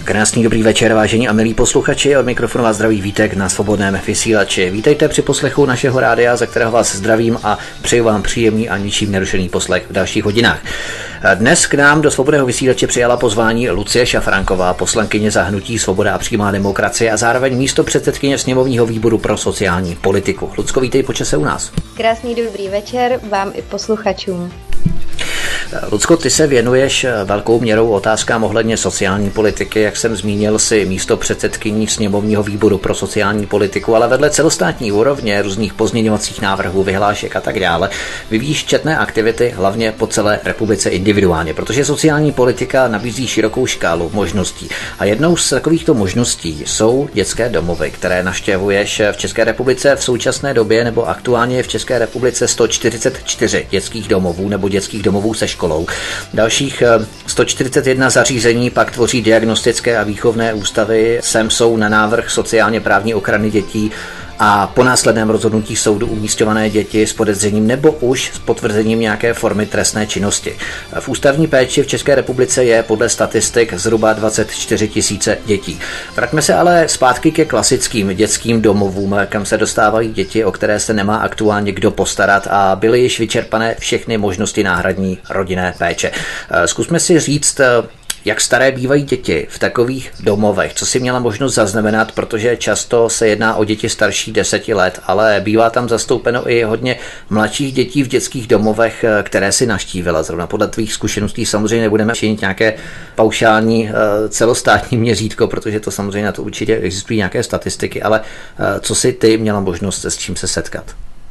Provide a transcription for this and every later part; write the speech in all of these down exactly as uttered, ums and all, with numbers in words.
Krásný dobrý večer, vážení a milí posluchači, od mikrofonu vás zdraví Vítek na Svobodném vysílači. Vítejte při poslechu našeho rádia, za kterého vás zdravím a přeju vám příjemný a ničím nerušený poslech v dalších hodinách. Dnes k nám do Svobodného vysílače přijala pozvání Lucie Šafránková, poslankyně za hnutí Svoboda a přímá demokracie a zároveň místopředsedkyně sněmovního výboru pro sociální politiku. Lucko, vítej po čase u nás. Krásný dobrý večer vám i posluchačům. Lucko, ty se věnuješ velkou měrou otázkám ohledně sociální politiky, jak jsem zmínil, si místopředsedkyní sněmovního výboru pro sociální politiku, ale vedle celostátní úrovně různých pozměňovacích návrhů, vyhlášek a tak dále, vyvíjíš četné aktivity hlavně po celé republice individuálně, protože sociální politika nabízí širokou škálu možností. A jednou z takovýchto možností jsou dětské domovy, které navštěvuješ v České republice v současné době, nebo aktuálně je v České republice sto čtyřicet čtyři dětských domovů nebo dětských domovů se školou. Dalších sto čtyřicet jedna zařízení pak tvoří diagnostické a výchovné ústavy, sem jsou na návrh sociálně právní ochrany dětí a po následném rozhodnutí soudu umísťované děti s podezřením nebo už s potvrzením nějaké formy trestné činnosti. V ústavní péči v České republice je podle statistik zhruba dvacet čtyři tisíce dětí. Vraťme se ale zpátky ke klasickým dětským domovům, kam se dostávají děti, o které se nemá aktuálně kdo postarat a byly již vyčerpané všechny možnosti náhradní rodinné péče. Zkusme si říct, jak staré bývají děti v takových domovech, co si měla možnost zaznamenat, protože často se jedná o děti starší deseti let, ale bývá tam zastoupeno i hodně mladších dětí v dětských domovech, které si navštívila. Zrovna podle tvých zkušeností samozřejmě nebudeme činit nějaké paušální celostátní měřítko, protože to samozřejmě na to určitě existují nějaké statistiky, ale co si ty měla možnost s čím se setkat?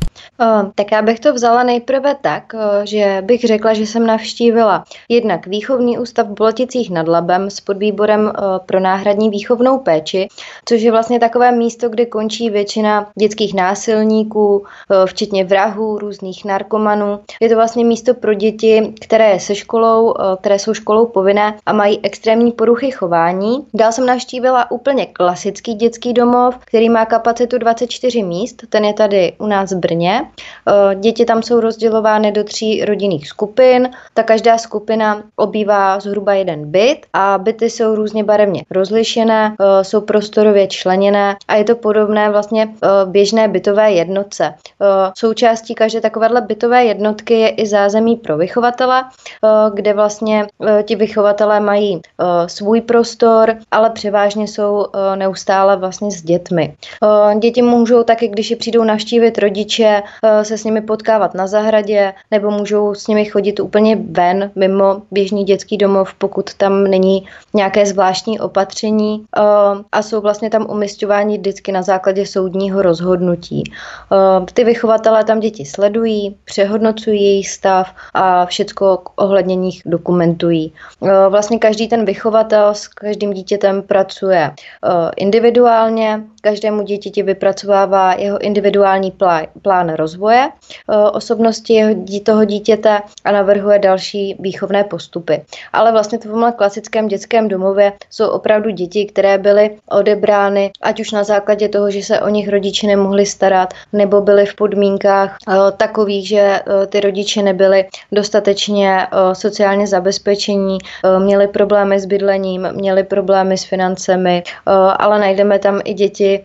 Tak já bych to vzala nejprve tak, že bych řekla, že jsem navštívila jednak výchovný ústav v Boloticích nad Labem s podvýborem pro náhradní výchovnou péči, což je vlastně takové místo, kde končí většina dětských násilníků, včetně vrahů, různých narkomanů. Je to vlastně místo pro děti, které je se školou, které jsou školou povinné a mají extrémní poruchy chování. Dál jsem navštívila úplně klasický dětský domov, který má kapacitu dvacet čtyři míst, ten je tady u nás v Brně. Děti tam jsou rozdělovány do tří rodinných skupin, ta každá skupina obývá zhruba jeden byt a byty jsou různě barevně rozlišené, jsou prostorově členěné a je to podobné vlastně běžné bytové jednotce. Součástí každé takovéhle bytové jednotky je i zázemí pro vychovatele, kde vlastně ti vychovatelé mají svůj prostor, ale převážně jsou neustále vlastně s dětmi. Děti můžou taky, když je přijdou navštívit rodiče, se s nimi potkávat na zahradě, nebo můžou s nimi chodit úplně ven, mimo běžný dětský domov, pokud tam není nějaké zvláštní opatření a jsou vlastně tam umisťováni vždycky na základě soudního rozhodnutí. Ty vychovatelé tam děti sledují, přehodnocují jejich stav a všecko ohledně nich dokumentují. Vlastně každý ten vychovatel s každým dítětem pracuje individuálně, každému dítěti vypracovává jeho individuální plán rozvoje osobnosti toho dítěte a navrhuje další výchovné postupy. Ale vlastně v tomhle klasickém dětském domově jsou opravdu děti, které byly odebrány, ať už na základě toho, že se o nich rodiče nemohli starat, nebo byly v podmínkách takových, že ty rodiče nebyli dostatečně sociálně zabezpečení, měli problémy s bydlením, měli problémy s financemi, ale najdeme tam i děti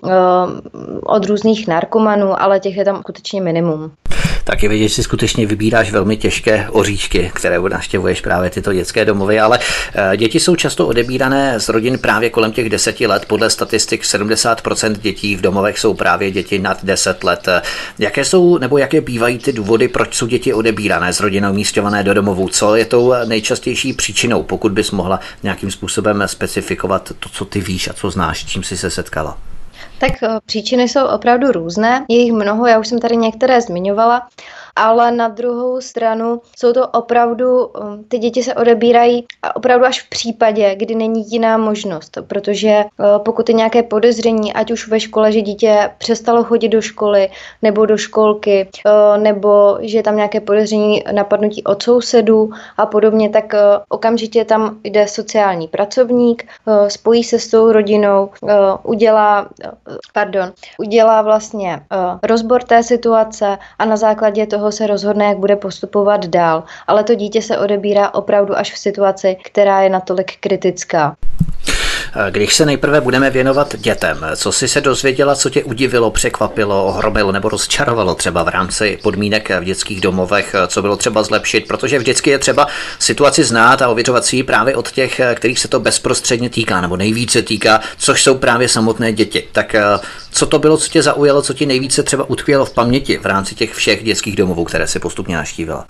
od různých narkomanů, ale těch je tam skutečně minimum. Tak je vidět, že si skutečně vybíráš velmi těžké oříšky, které navštěvuješ právě tyto dětské domovy, ale děti jsou často odebírané z rodin právě kolem těch deseti let. Podle statistik sedmdesát procent dětí v domovech jsou právě děti nad deset let. Jaké jsou nebo jaké bývají ty důvody, proč jsou děti odebírané z rodin umísťované do domovů? Co je tou nejčastější příčinou, pokud bys mohla nějakým způsobem specifikovat to, co ty víš a co znáš, čím jsi se setkala? Tak příčiny jsou opravdu různé, je jich mnoho, já už jsem tady některé zmiňovala, ale na druhou stranu jsou to opravdu, ty děti se odebírají opravdu až v případě, kdy není jiná možnost, protože pokud je nějaké podezření, ať už ve škole, že dítě přestalo chodit do školy nebo do školky, nebo že je tam nějaké podezření napadnutí od sousedů a podobně, tak okamžitě tam jde sociální pracovník, spojí se s tou rodinou, udělá, pardon, udělá vlastně rozbor té situace a na základě toho se rozhodne, jak bude postupovat dál. Ale to dítě se odebírá opravdu až v situaci, která je natolik kritická. Když se nejprve budeme věnovat dětem, co jsi se dozvěděla, co tě udivilo, překvapilo, ohromilo nebo rozčarovalo třeba v rámci podmínek v dětských domovech, co bylo třeba zlepšit, protože vždycky je třeba situaci znát a ověřovat si ji právě od těch, kterých se to bezprostředně týká nebo nejvíce týká, což jsou právě samotné děti. Tak co to bylo, co tě zaujalo, co ti nejvíce třeba utkvělo v paměti v rámci těch všech dětských domovů, které si postupně navštívila?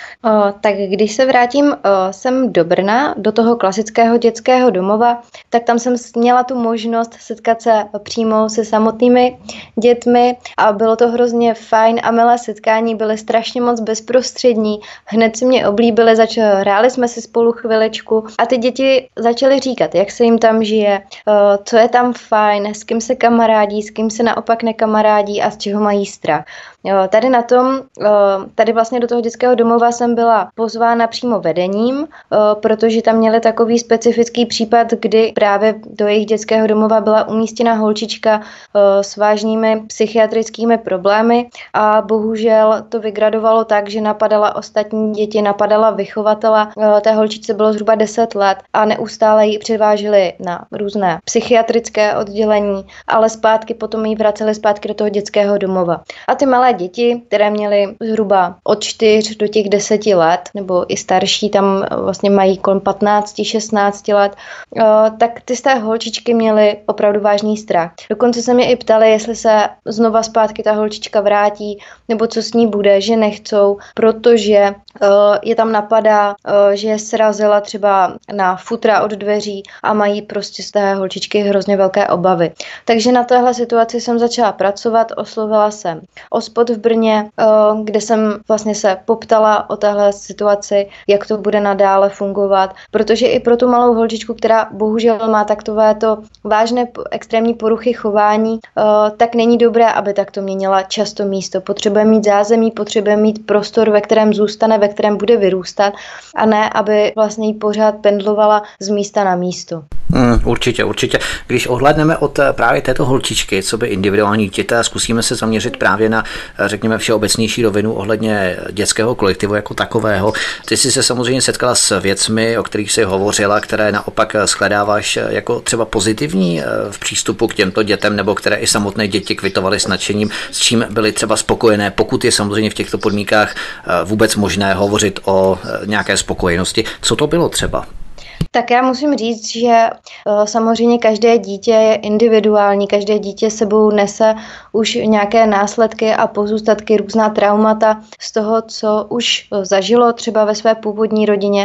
O, tak když se vrátím o, sem do Brna, do toho klasického dětského domova, tak tam jsem měla tu možnost setkat se přímo se samotnými dětmi a bylo to hrozně fajn a milé setkání, byly strašně moc bezprostřední, hned si mě oblíbili, zač- hráli jsme si spolu chviličku a ty děti začaly říkat, jak se jim tam žije, o, co je tam fajn, s kým se kamarádí, s kým se naopak nekamarádí a z čeho mají strach. Jo, tady na tom, tady vlastně do toho dětského domova jsem byla pozvána přímo vedením, protože tam měli takový specifický případ, kdy právě do jejich dětského domova byla umístěna holčička s vážnými psychiatrickými problémy a bohužel to vygradovalo tak, že napadala ostatní děti, napadala vychovatela. Té holčičce bylo zhruba deset let a neustále ji převáželi na různé psychiatrické oddělení, ale zpátky potom ji vraceli zpátky do toho dětského domova. A ty malé děti, které měly zhruba od čtyř do těch deseti let, nebo i starší, tam vlastně mají kolem patnáct šestnáct let, tak ty z té holčičky měly opravdu vážný strach. Dokonce se mě i ptali, jestli se znova zpátky ta holčička vrátí, nebo co s ní bude, že nechcou, protože je tam napadá, že je srazila třeba na futra od dveří a mají prostě z té holčičky hrozně velké obavy. Takže na téhle situaci jsem začala pracovat, oslovila jsem OSPOD v Brně, kde jsem vlastně se poptala o téhle situaci, jak to bude nadále fungovat, protože i pro tu malou holčičku, která bohužel má takovéto vážné extrémní poruchy chování, tak není dobré, aby takto měnila často místo. Potřebuje mít zázemí, potřebuje mít prostor, ve kterém zůstane, ve kterém bude vyrůstat a ne, aby vlastně jí pořád pendlovala z místa na místo. Hmm, určitě, určitě. Když ohlédneme od právě této holčičky, co by individuální dítě, zkusíme se zaměřit právě na, řekněme, všeobecnější rovinu ohledně dětského kolektivu jako takového. Ty jsi se samozřejmě setkala s věcmi, o kterých jsi hovořila, které naopak shledáváš jako třeba pozitivní v přístupu k těmto dětem, nebo které i samotné děti kvitovaly s nadšením, s čím byly třeba spokojené, pokud je samozřejmě v těchto podmínkách vůbec možné hovořit o nějaké spokojenosti. Co to bylo třeba? Tak já musím říct, že samozřejmě každé dítě je individuální, každé dítě sebou nese už nějaké následky a pozůstatky, různá traumata z toho, co už zažilo třeba ve své původní rodině.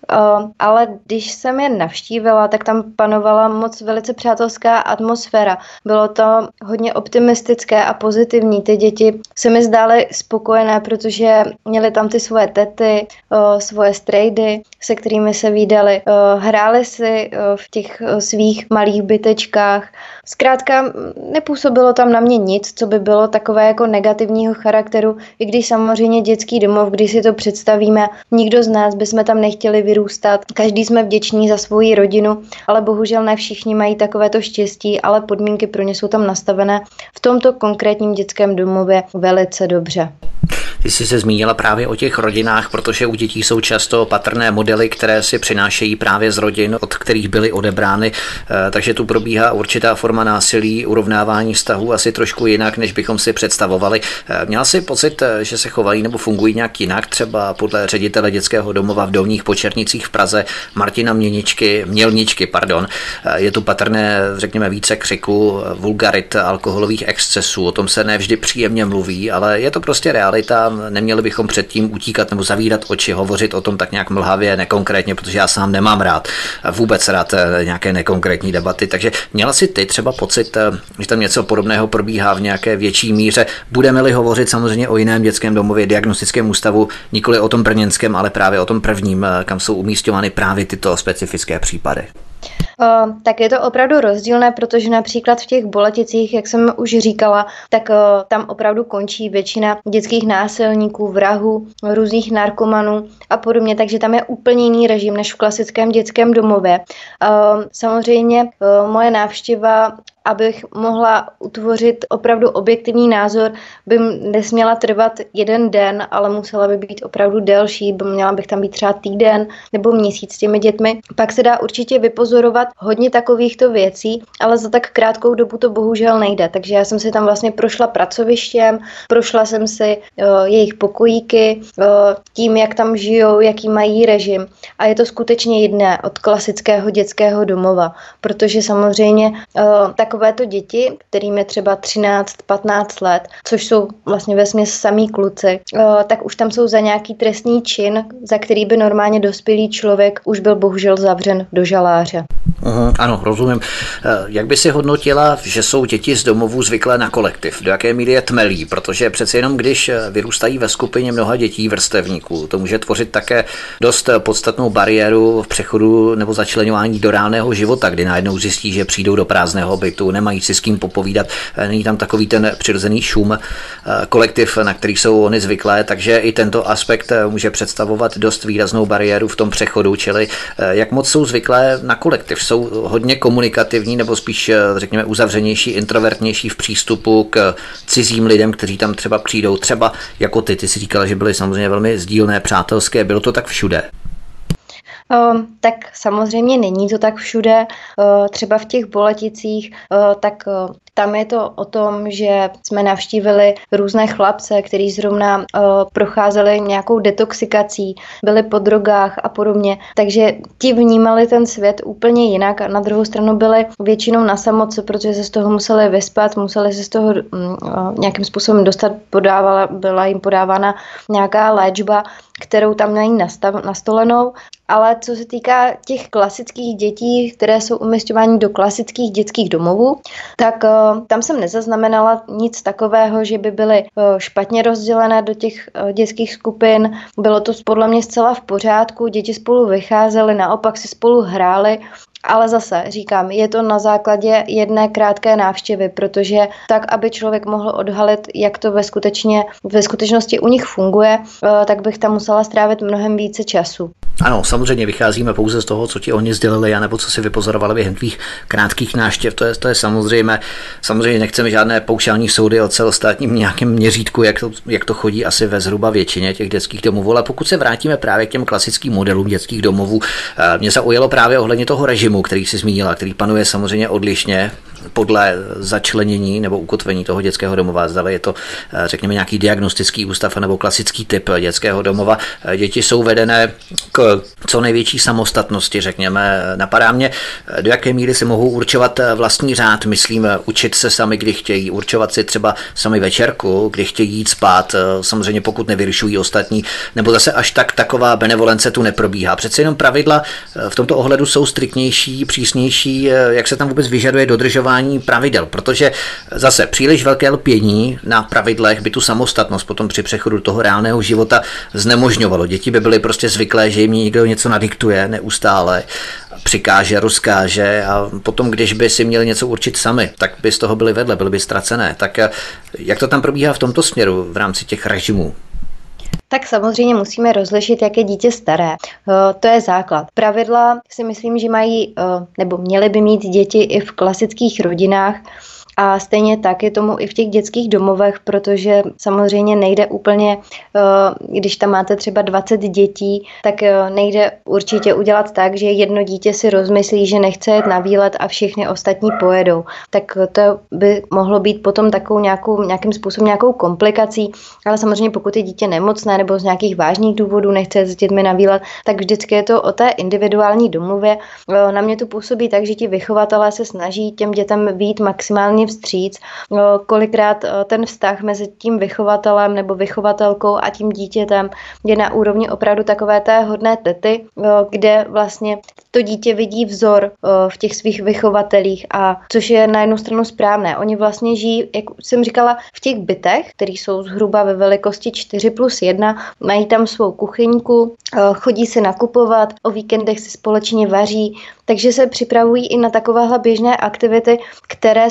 Ale když jsem je navštívila, tak tam panovala moc velice přátelská atmosféra. Bylo to hodně optimistické a pozitivní. Ty děti se mi zdály spokojené, protože měly tam ty svoje tety, svoje strejdy, se kterými se vídali. Hráli si v těch svých malých bytečkách. Zkrátka nepůsobilo tam na mě nic, co by bylo takové jako negativního charakteru, i když samozřejmě dětský domov, když si to představíme, nikdo z nás bychom tam nechtěli vyrůstat. Každý jsme vděční za svoji rodinu, ale bohužel ne všichni mají takovéto štěstí, ale podmínky pro ně jsou tam nastavené v tomto konkrétním dětském domově velice dobře. Ty jsi se zmínila právě o těch rodinách, protože u dětí jsou často patrné modely, které si přinášejí právě z rodin, od kterých byly odebrány, takže tu probíhá určitá forma násilí, urovnávání vztahů asi trošku jinak, než bychom si představovali. Měla jsi pocit, že se chovají nebo fungují nějak jinak, třeba podle ředitele dětského domova v Dolních Počernicích v Praze, Martina Měničky, Mělničky, pardon. Je tu patrné, řekněme, více křiku, vulgarit, alkoholových excesů, o tom se nevždy příjemně mluví, ale je to prostě realita. Neměli bychom předtím utíkat nebo zavírat oči, hovořit o tom tak nějak mlhavě, nekonkrétně, protože já sám nemám rád, vůbec rád nějaké nekonkrétní debaty. Takže měla si ty třeba pocit, že tam něco podobného probíhá v nějaké větší míře? Budeme-li hovořit samozřejmě o jiném dětském domově, diagnostickém ústavu, nikoli o tom brněnském, ale právě o tom prvním, kam jsou umísťovány právě tyto specifické případy? Uh, tak je to opravdu rozdílné, protože například v těch Boleticích, jak jsem už říkala, tak uh, tam opravdu končí většina dětských násilníků, vrahů, různých narkomanů a podobně, takže tam je úplně jiný režim než v klasickém dětském domově. Uh, samozřejmě uh, moje návštěva abych mohla utvořit opravdu objektivní názor, by nesměla trvat jeden den, ale musela by být opravdu delší, by měla bych tam být třeba týden nebo měsíc s těmi dětmi. Pak se dá určitě vypozorovat hodně takovýchto věcí, ale za tak krátkou dobu to bohužel nejde. Takže já jsem si tam vlastně prošla pracovištěm, prošla jsem si uh, jejich pokojíky, uh, tím, jak tam žijou, jaký mají režim. A je to skutečně jiné od klasického dětského domova, protože samozřejmě uh, takovéto děti, kterým je třeba třináct patnáct let, což jsou vlastně vesměs samý kluci, uh, tak už tam jsou za nějaký trestný čin, za který by normálně dospělý člověk už byl bohužel zavřen do žaláře. Uhum, ano, rozumím. Jak by si hodnotila, že jsou děti z domovů zvyklé na kolektiv? Do jaké míry je tmelí? Protože přece jenom když vyrůstají ve skupině mnoha dětí vrstevníků, to může tvořit také dost podstatnou bariéru v přechodu nebo začleňování do reálného života, kdy najednou zjistí, že přijdou do prázdného bytu, nemají si s kým popovídat, není tam takový ten přirozený šum, kolektiv, na který jsou oni zvyklé, takže i tento aspekt může představovat dost výraznou bariéru v tom přechodu, čili jak moc jsou zvyklé na kolektiv? Jsou hodně komunikativní nebo spíš, řekněme, uzavřenější, introvertnější v přístupu k cizím lidem, kteří tam třeba přijdou, třeba jako ty, ty si říkala, že byly samozřejmě velmi sdílné, přátelské, bylo to tak všude? Uh, tak samozřejmě není to tak všude, uh, třeba v těch Boleticích, uh, tak uh, tam je to o tom, že jsme navštívili různé chlapce, kteří zrovna uh, procházeli nějakou detoxikací, byli po drogách a podobně, takže ti vnímali ten svět úplně jinak a na druhou stranu byli většinou na samotce, protože se z toho museli vyspat, museli se z toho uh, nějakým způsobem dostat, podávala, byla jim podávána nějaká léčba, kterou tam mají nastav, nastolenou. Ale co se týká těch klasických dětí, které jsou umisťovány do klasických dětských domovů, tak uh, tam jsem nezaznamenala nic takového, že by byly uh, špatně rozdělené do těch uh, dětských skupin. Bylo to podle mě zcela v pořádku, děti spolu vycházely, naopak si spolu hrály. Ale zase říkám, je to na základě jedné krátké návštěvy, protože tak, aby člověk mohl odhalit, jak to ve, skutečně, ve skutečnosti u nich funguje, tak bych tam musela strávit mnohem více času. Ano, samozřejmě vycházíme pouze z toho, co ti oni sdělili, anebo co si vypozorovali během tvých krátkých návštěv, to je, to je samozřejmě, samozřejmě nechceme žádné paušální soudy o celostátním nějakém měřítku, jak to, jak to chodí asi ve zhruba většině těch dětských domovů, ale pokud se vrátíme právě k těm klasickým modelům dětských domovů, mě zaujalo právě ohledně toho režimu, který jsi zmínila, který panuje samozřejmě odlišně podle začlenění nebo ukotvení toho dětského domova. Zdali je to, řekněme, nějaký diagnostický ústav nebo klasický typ dětského domova. Děti jsou vedené k co největší samostatnosti, řekněme. Napadá mě, do jaké míry si mohou určovat vlastní řád, myslím, učit se sami, kdy chtějí, určovat si třeba sami večerku, kdy chtějí jít spát, samozřejmě pokud nevyrušují ostatní, nebo zase až tak taková benevolence tu neprobíhá. Přece jenom pravidla v tomto ohledu jsou striktnější, přísnější, jak se tam vůbec vyžaduje dodržování pravidel, protože zase příliš velké lpění na pravidlech by tu samostatnost potom při přechodu do toho reálného života znemožňovalo. Děti by byly prostě zvyklé, že jim někdo něco nadiktuje neustále, přikáže, rozkáže a potom, když by si měli něco určit sami, tak by z toho byly vedle, byly by ztracené. Tak jak to tam probíhá v tomto směru v rámci těch režimů? Tak samozřejmě musíme rozlišit, jak je dítě staré. To je základ. Pravidla si myslím, že mají, nebo měly by mít děti i v klasických rodinách. A stejně tak je tomu i v těch dětských domovech, protože samozřejmě nejde úplně, když tam máte třeba dvacet dětí, tak nejde určitě udělat tak, že jedno dítě si rozmyslí, že nechce jet na výlet a všechny ostatní pojedou. Tak to by mohlo být potom takovou nějakou, nějakým způsobem nějakou komplikací, ale samozřejmě pokud je dítě nemocné nebo z nějakých vážných důvodů nechce jet s dětmi na výlet, tak vždycky je to o té individuální domluvě. Na mě to působí tak, že ti vychovatelé se snaží těm dětem vyjít maximálně vstříc. Kolikrát ten vztah mezi tím vychovatelem nebo vychovatelkou a tím dítětem je na úrovni opravdu takové té hodné tety, kde vlastně to dítě vidí vzor v těch svých vychovatelích, a což je na jednu stranu správné. Oni vlastně žijí, jak jsem říkala, v těch bytech, které jsou zhruba ve velikosti čtyři plus jedna, mají tam svou kuchyňku, chodí si nakupovat, o víkendech si společně vaří, takže se připravují i na takovéhle běžné aktivity, které jsou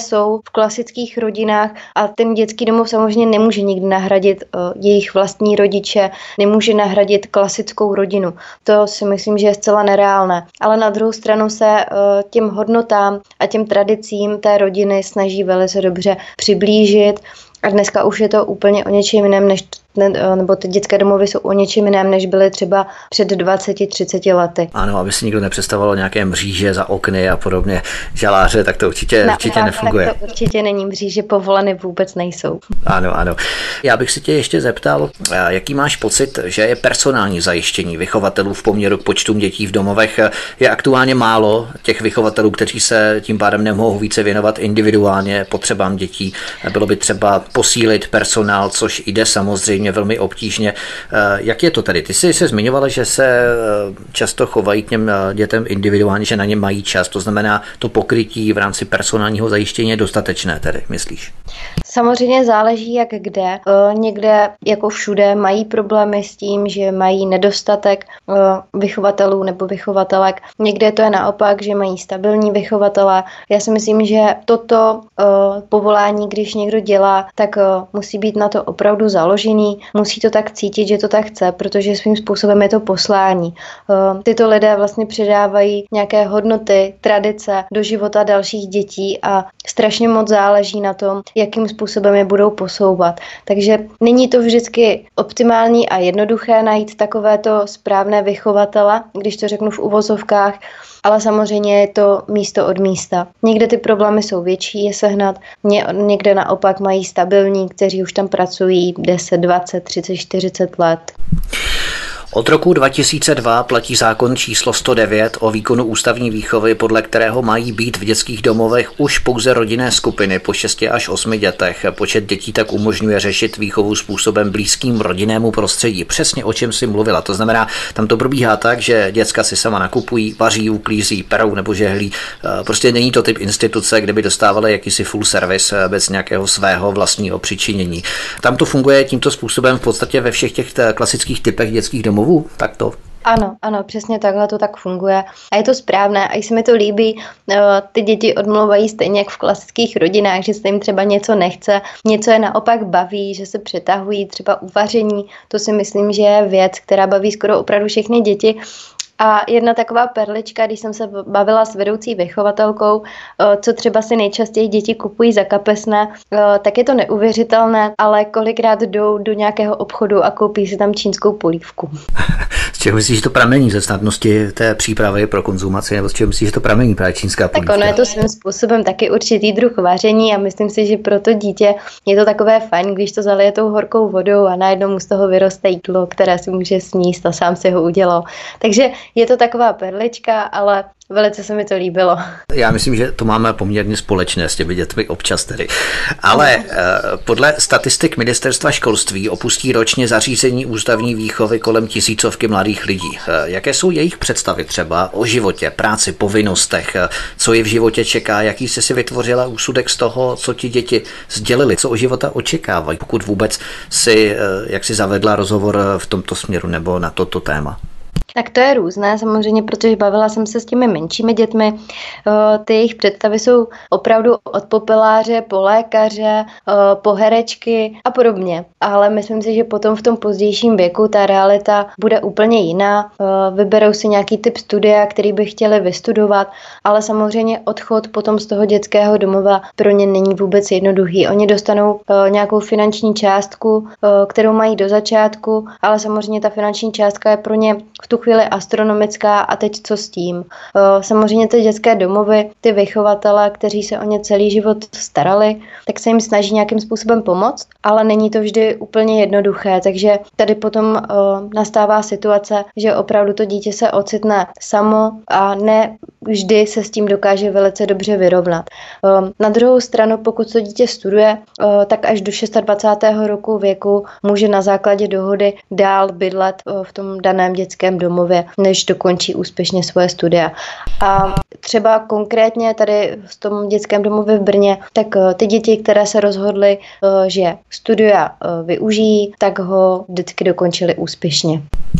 v klasických rodinách a ten dětský domov samozřejmě nemůže nikdy nahradit jejich vlastní rodiče, nemůže nahradit klasickou rodinu. To si myslím, že je zcela nereálné. Ale na druhou stranu se těm hodnotám a těm tradicím té rodiny snaží velice dobře přiblížit. A dneska už je to úplně o něčem jiném, než, nebo ty dětské domovy jsou o něčem jiném, než byly třeba před dvaceti třiceti lety. Ano, aby si nikdo nepředstavoval nějaké mříže za okny a podobně, žaláře, tak to určitě, Na určitě nefunguje. To určitě není, mříže povoleny vůbec nejsou. Ano, ano. Já bych si tě ještě zeptal, jaký máš pocit, že je personální zajištění vychovatelů v poměru k počtům dětí v domovech? Je aktuálně málo těch vychovatelů, kteří se tím pádem nemohou více věnovat individuálně potřebám dětí. Bylo by třeba posílit personál, což jde samozřejmě velmi obtížně. Jak je to tady? Ty jsi se zmiňovala, že se často chovají k těm dětem individuálně, že na ně mají čas. To znamená, to pokrytí v rámci personálního zajištění je dostatečné tedy, myslíš? Samozřejmě záleží jak kde. Někde, jako všude, mají problémy s tím, že mají nedostatek vychovatelů nebo vychovatelek. Někde to je naopak, že mají stabilní vychovatele. Já si myslím, že toto povolání, když někdo dělá, tak musí být na to opravdu založený, musí to tak cítit, že to tak chce, protože svým způsobem je to poslání. Tyto lidé vlastně předávají nějaké hodnoty, tradice do života dalších dětí a strašně moc záleží na tom, jakým způsobem je budou posouvat. Takže není to vždycky optimální a jednoduché najít takovéto správné vychovatele, když to řeknu v uvozovkách, ale samozřejmě je to místo od místa. Někde ty problémy jsou větší, je sehnat, ně, někde naopak mají stabilní, kteří už tam pracují deset, dvacet, třicet, čtyřicet let. Od roku dva tisíce dva platí zákon číslo sto devět o výkonu ústavní výchovy, podle kterého mají být v dětských domovech už pouze rodinné skupiny po šesti až osmi dětech. Počet dětí tak umožňuje řešit výchovu způsobem blízkým rodinnému prostředí. Přesně o čem si mluvila. To znamená, tam to probíhá tak, že děcka si sama nakupují, vaří, uklízí, perou nebo žehlí. Prostě není to typ instituce, kde by dostávaly jakýsi full service bez nějakého svého vlastního přičinění. Tam to funguje tímto způsobem v podstatě ve všech těch klasických typech dětských domovů. Tak to. Ano, ano, přesně takhle to tak funguje a je to správné a i se mi to líbí, ty děti odmlouvají stejně jak v klasických rodinách, že se jim třeba něco nechce, něco je naopak baví, že se přetahují třeba uvaření, to si myslím, že je věc, která baví skoro opravdu všechny děti. A jedna taková perlička, když jsem se bavila s vedoucí vychovatelkou, co třeba si nejčastěji děti kupují za kapesné, tak je to neuvěřitelné, ale kolikrát jdou do nějakého obchodu a koupí si tam čínskou polívku. Z čeho myslíš, že to pramení ze snadnosti té přípravy pro konzumaci, nebo z čeho myslíš, že to pramení právě čínská polívka? Tak ono je to svým způsobem taky určitý druh vaření a myslím si, že pro to dítě je to takové fajn, když to zalije tou horkou vodou a najednou mu z toho vyroste jídlo, které si může sníst a sám si ho udělal. Takže je to taková perlička, ale velice se mi to líbilo. Já myslím, že to máme poměrně společné s těmi dětmi občas tedy. Ale eh, podle statistik Ministerstva školství opustí ročně zařízení ústavní výchovy kolem tisícovky mladých lidí. Eh, jaké jsou jejich představy třeba o životě, práci, povinnostech, eh, co je v životě čeká, jaký jsi si vytvořila úsudek z toho, co ti děti sdělili, co od života očekávají, pokud vůbec si, eh, jak si zavedla rozhovor v tomto směru nebo na toto téma? Tak to je různé samozřejmě, protože bavila jsem se s těmi menšími dětmi. Ty jejich představy jsou opravdu od popeláře po lékaře, po herečky a podobně. Ale myslím si, že potom v tom pozdějším věku ta realita bude úplně jiná. Vyberou si nějaký typ studia, který by chtěli vystudovat, ale samozřejmě odchod potom z toho dětského domova pro ně není vůbec jednoduchý. Oni dostanou nějakou finanční částku, kterou mají do začátku, ale samozřejmě ta finanční částka je pro ně v tu chvíli astronomická a teď co s tím. Samozřejmě ty dětské domovy, ty vychovatele, kteří se o ně celý život starali, tak se jim snaží nějakým způsobem pomoct, ale není to vždy úplně jednoduché, takže tady potom nastává situace, že opravdu to dítě se ocitne samo a ne vždy se s tím dokáže velice dobře vyrovnat. Na druhou stranu, pokud to dítě studuje, tak až do dvacátého šestého roku věku může na základě dohody dál bydlet v tom daném dětském domově, než dokončí úspěšně svoje studia. A třeba konkrétně tady v tom dětském domově v Brně, tak ty děti, které se rozhodly, že studia využijí, tak ho vždycky dokončili úspěšně.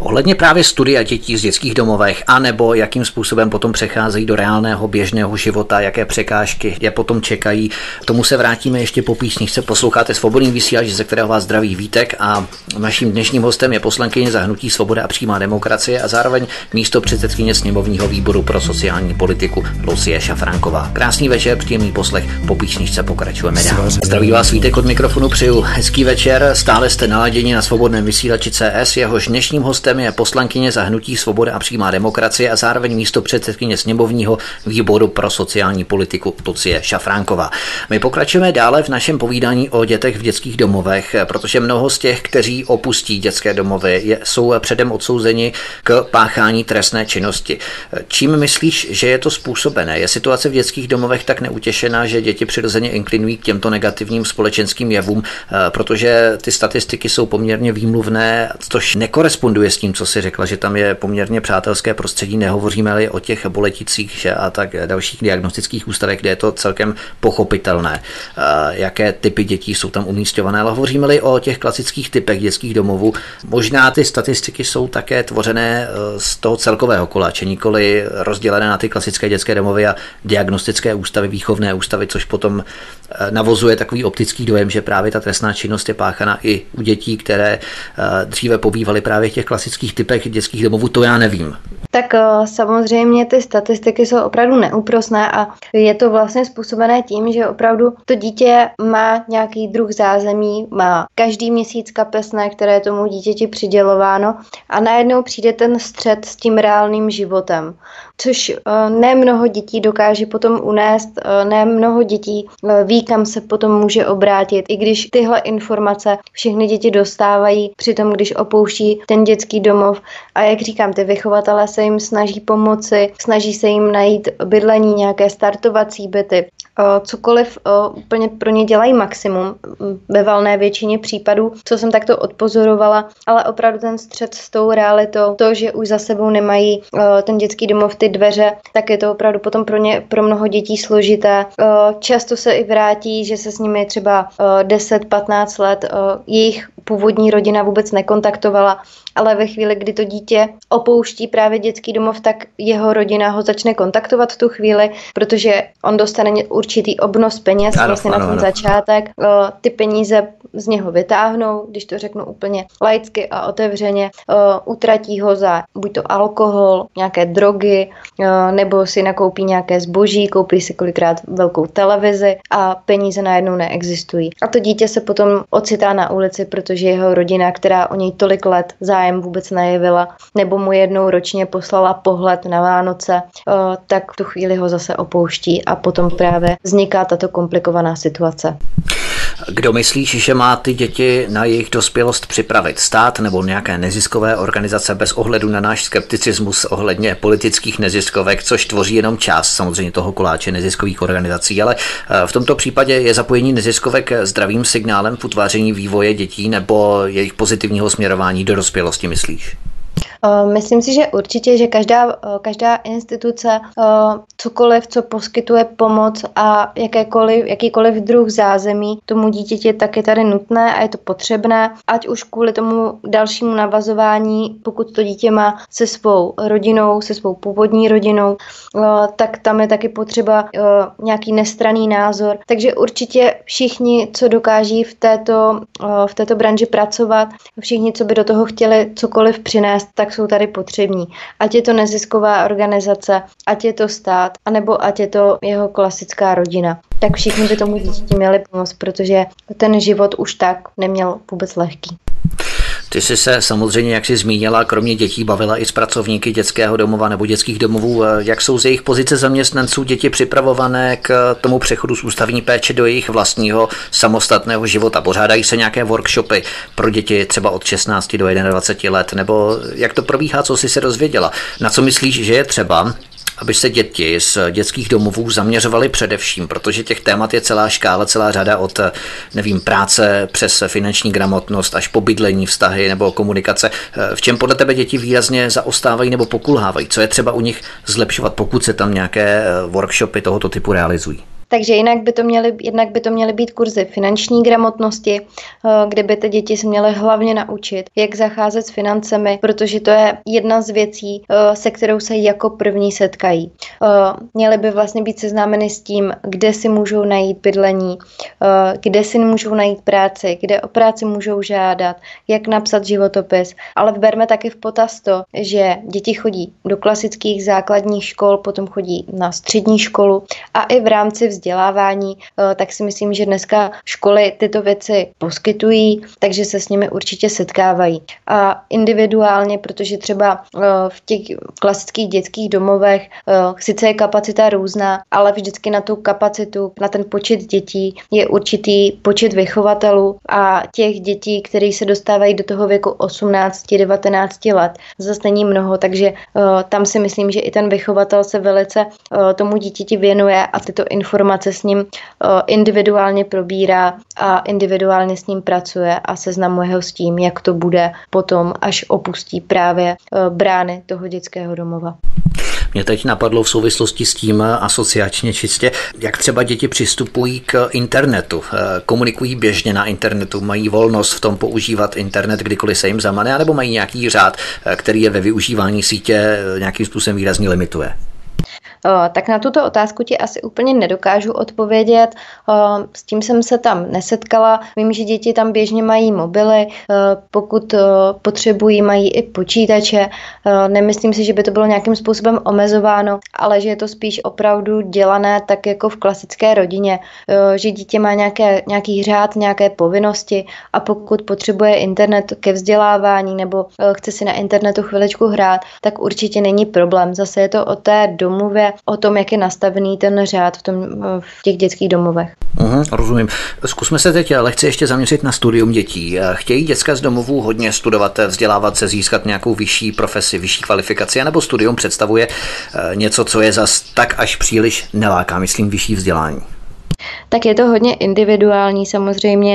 Ohledně právě studia dětí z dětských domovech, anebo jakým způsobem potom přecházejí do reálného běžného života, jaké překážky je potom čekají, tomu se vrátíme ještě po písničce. Posloucháte Svobodný vysílač, ze kterého vás zdraví Vítek, a naším dnešním hostem je poslankyně za hnutí Svoboda a přímá demokracie a zároveň místopředsedkyně sněmovního výboru pro sociální politiku Lucie Šafránková. Krásný večer, příjemný poslech, po písničce pokračujeme dál. Zdraví vás Vítek od mikrofonu, přeju hezký večer, stále jste naladěni na Svobodném vysílači C S, jehož dnešním hostem je poslankyně za hnutí Svoboda a přímá demokracie a zároveň místopředsedkyně sněmovního výboru pro sociální politiku Lucie Šafránková. My pokračujeme dále v našem povídání o dětech v dětských domovech, protože mnoho z těch, kteří opustí dětské domovy, jsou předem odsouzeni k páchání trestné činnosti. Čím myslíš, že je to způsobené? Je situace v dětských domovech tak neutěšená, že děti přirozeně inklinují k těmto negativním společenským jevům, protože ty statistiky jsou poměrně výmluvné, což nekoresponduje s tím, co si řekla, že tam je poměrně přátelské prostředí, nehovoříme-li o těch Boleticích, že, a tak dalších diagnostických ústavech, kde je to celkem pochopitelné, jaké typy dětí jsou tam umísťované, ale hovoříme-li o těch klasických typech dětských domovů, možná ty statistiky jsou také tvořené z toho celkového koláče, nikoli rozdělené na ty klasické dětské domovy a diagnostické ústavy, výchovné ústavy, což potom navozuje takový optický dojem, že právě ta trestná činnost je páchana i u dětí, které dříve pobývaly právě v těch klasických typech dětských domovů, to já nevím. Tak samozřejmě ty statistiky jsou opravdu neúprosné a je to vlastně způsobené tím, že opravdu to dítě má nějaký druh zázemí, má každý měsíc kapesné, které je tomu dítěti přidělováno, a najednou přijde ten střet s tím reálným životem, což ne mnoho dětí dokáže potom unést, ne mnoho dětí ví, kam se potom může obrátit, i když tyhle informace všechny děti dostávají přitom, když opouští ten dětský domov. A jak říkám, ty vychovatelé se jim snaží pomoci, snaží se jim najít bydlení, nějaké startovací byty, cokoliv úplně pro ně dělají maximum ve valné většině případů, co jsem takto odpozorovala, ale opravdu ten střet s tou realitou, to, že už za sebou nemají ten dětský domov ty dveře, tak je to opravdu potom pro ně, pro mnoho dětí složité. Často se i vrátí, že se s nimi třeba deset patnáct let jejich původní rodina vůbec nekontaktovala, ale ve chvíli, kdy to dítě opouští právě dětský domov, tak jeho rodina ho začne kontaktovat v tu chvíli, protože on dostane určitý obnos peněz ano, vlastně ano, na ten ano. začátek. Ty peníze z něho vytáhnou, když to řeknu úplně laicky a otevřeně, utratí ho za buď to alkohol, nějaké drogy, nebo si nakoupí nějaké zboží, koupí si kolikrát velkou televizi a peníze najednou neexistují. A to dítě se potom ocitá na ulici, protože jeho rodina, která o něj tolik let zájem vůbec nejevila, nebo mu jednou ročně poslala pohled na Vánoce, tak v tu chvíli ho zase opouští a potom právě vzniká tato komplikovaná situace. Kdo myslíš, že má ty děti na jejich dospělost připravit? Stát nebo nějaké neziskové organizace bez ohledu na náš skepticismus ohledně politických neziskovek, což tvoří jenom část samozřejmě toho koláče neziskových organizací, ale v tomto případě je zapojení neziskovek zdravým signálem v utváření vývoje dětí nebo jejich pozitivního směrování do dospělosti, myslíš? Myslím si, že určitě, že každá, každá instituce cokoliv, co poskytuje pomoc a jakékoliv, jakýkoliv druh zázemí tomu dítěti, tak je tady nutné a je to potřebné, ať už kvůli tomu dalšímu navazování, pokud to dítě má se svou rodinou, se svou původní rodinou, tak tam je taky potřeba nějaký nestranný názor. Takže určitě všichni, co dokáží v této, v této branži pracovat, všichni, co by do toho chtěli cokoliv přinést, tak jsou tady potřební. Ať je to nezisková organizace, ať je to stát, anebo ať je to jeho klasická rodina. Tak všichni by tomu dítěti měli pomoct, protože ten život už tak neměl vůbec lehký. Ty jsi se samozřejmě, jak jsi zmínila, kromě dětí bavila i s pracovníky dětského domova nebo dětských domovů. Jak jsou z jejich pozice zaměstnanců děti připravované k tomu přechodu z ústavní péče do jejich vlastního samostatného života? Pořádají se nějaké workshopy pro děti třeba od šestnácti do dvaceti jedna let? Nebo jak to probíhá, co jsi se dozvěděla? Na co myslíš, že je třeba, aby se děti z dětských domovů zaměřovaly především, protože těch témat je celá škála, celá řada od, nevím, práce přes finanční gramotnost až po bydlení, vztahy nebo komunikace. V čem podle tebe děti výrazně zaostávají nebo pokulhávají? Co je třeba u nich zlepšovat, pokud se tam nějaké workshopy tohoto typu realizují? Takže jinak by to měly, jednak by to měly být kurzy finanční gramotnosti, kde by ty děti se měly hlavně naučit, jak zacházet s financemi, protože to je jedna z věcí, se kterou se jako první setkají. Měly by vlastně být seznámeny s tím, kde si můžou najít bydlení, kde si můžou najít práci, kde o práci můžou žádat, jak napsat životopis, ale berme taky v potaz to, že děti chodí do klasických základních škol, potom chodí na střední školu a i v rámci vzdělávání, tak si myslím, že dneska školy tyto věci poskytují, takže se s nimi určitě setkávají. A individuálně, protože třeba v těch klasických dětských domovech sice je kapacita různá, ale vždycky na tu kapacitu, na ten počet dětí je určitý počet vychovatelů a těch dětí, které se dostávají do toho věku osmnáct devatenáct let, zase není mnoho, takže tam si myslím, že i ten vychovatel se velice tomu dítěti věnuje a tyto informace s ním individuálně probírá a individuálně s ním pracuje a seznamuje ho s tím, jak to bude potom, až opustí právě brány toho dětského domova. Mě teď napadlo v souvislosti s tím asociačně čistě, jak třeba děti přistupují k internetu. Komunikují běžně na internetu, mají volnost v tom používat internet, kdykoliv se jim zamane, nebo mají nějaký řád, který je ve využívání sítě nějakým způsobem výrazně limituje? Tak na tuto otázku ti asi úplně nedokážu odpovědět. S tím jsem se tam nesetkala. Vím, že děti tam běžně mají mobily, pokud potřebují, mají i počítače. Nemyslím si, že by to bylo nějakým způsobem omezováno, ale že je to spíš opravdu dělané tak jako v klasické rodině, že dítě má nějaké, nějaký řád, nějaké povinnosti a pokud potřebuje internet ke vzdělávání nebo chce si na internetu chviličku hrát, tak určitě není problém. Zase je to o té domluvě, o tom, jak je nastavený ten řád v, tom, v těch dětských domovech. Uhum, rozumím. Zkusme se teď lehce ještě zaměřit na studium dětí. Chtějí děcka z domovů hodně studovat, vzdělávat se, získat nějakou vyšší profesi, vyšší kvalifikaci, anebo studium představuje něco, co je zas tak až příliš neláká, myslím, vyšší vzdělání? Tak je to hodně individuální samozřejmě.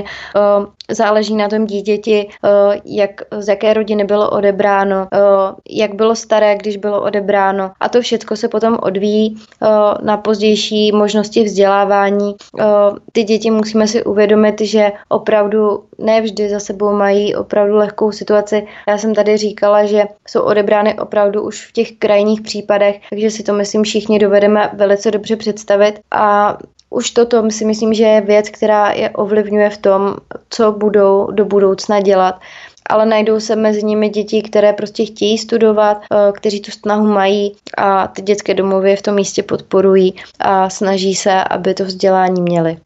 Záleží na tom dítěti, jak, z jaké rodiny bylo odebráno, jak bylo staré, když bylo odebráno. A to všechno se potom odvíjí na pozdější možnosti vzdělávání. Ty děti musíme si uvědomit, že opravdu ne vždy za sebou mají opravdu lehkou situaci. Já jsem tady říkala, že jsou odebrány opravdu už v těch krajních případech, takže si to myslím všichni dovedeme velice dobře představit. A už toto si myslím, že je věc, která je ovlivňuje v tom, co budou do budoucna dělat. Ale najdou se mezi nimi děti, které prostě chtějí studovat, kteří tu snahu mají a ty dětské domovy v tom místě podporují a snaží se, aby to vzdělání měli.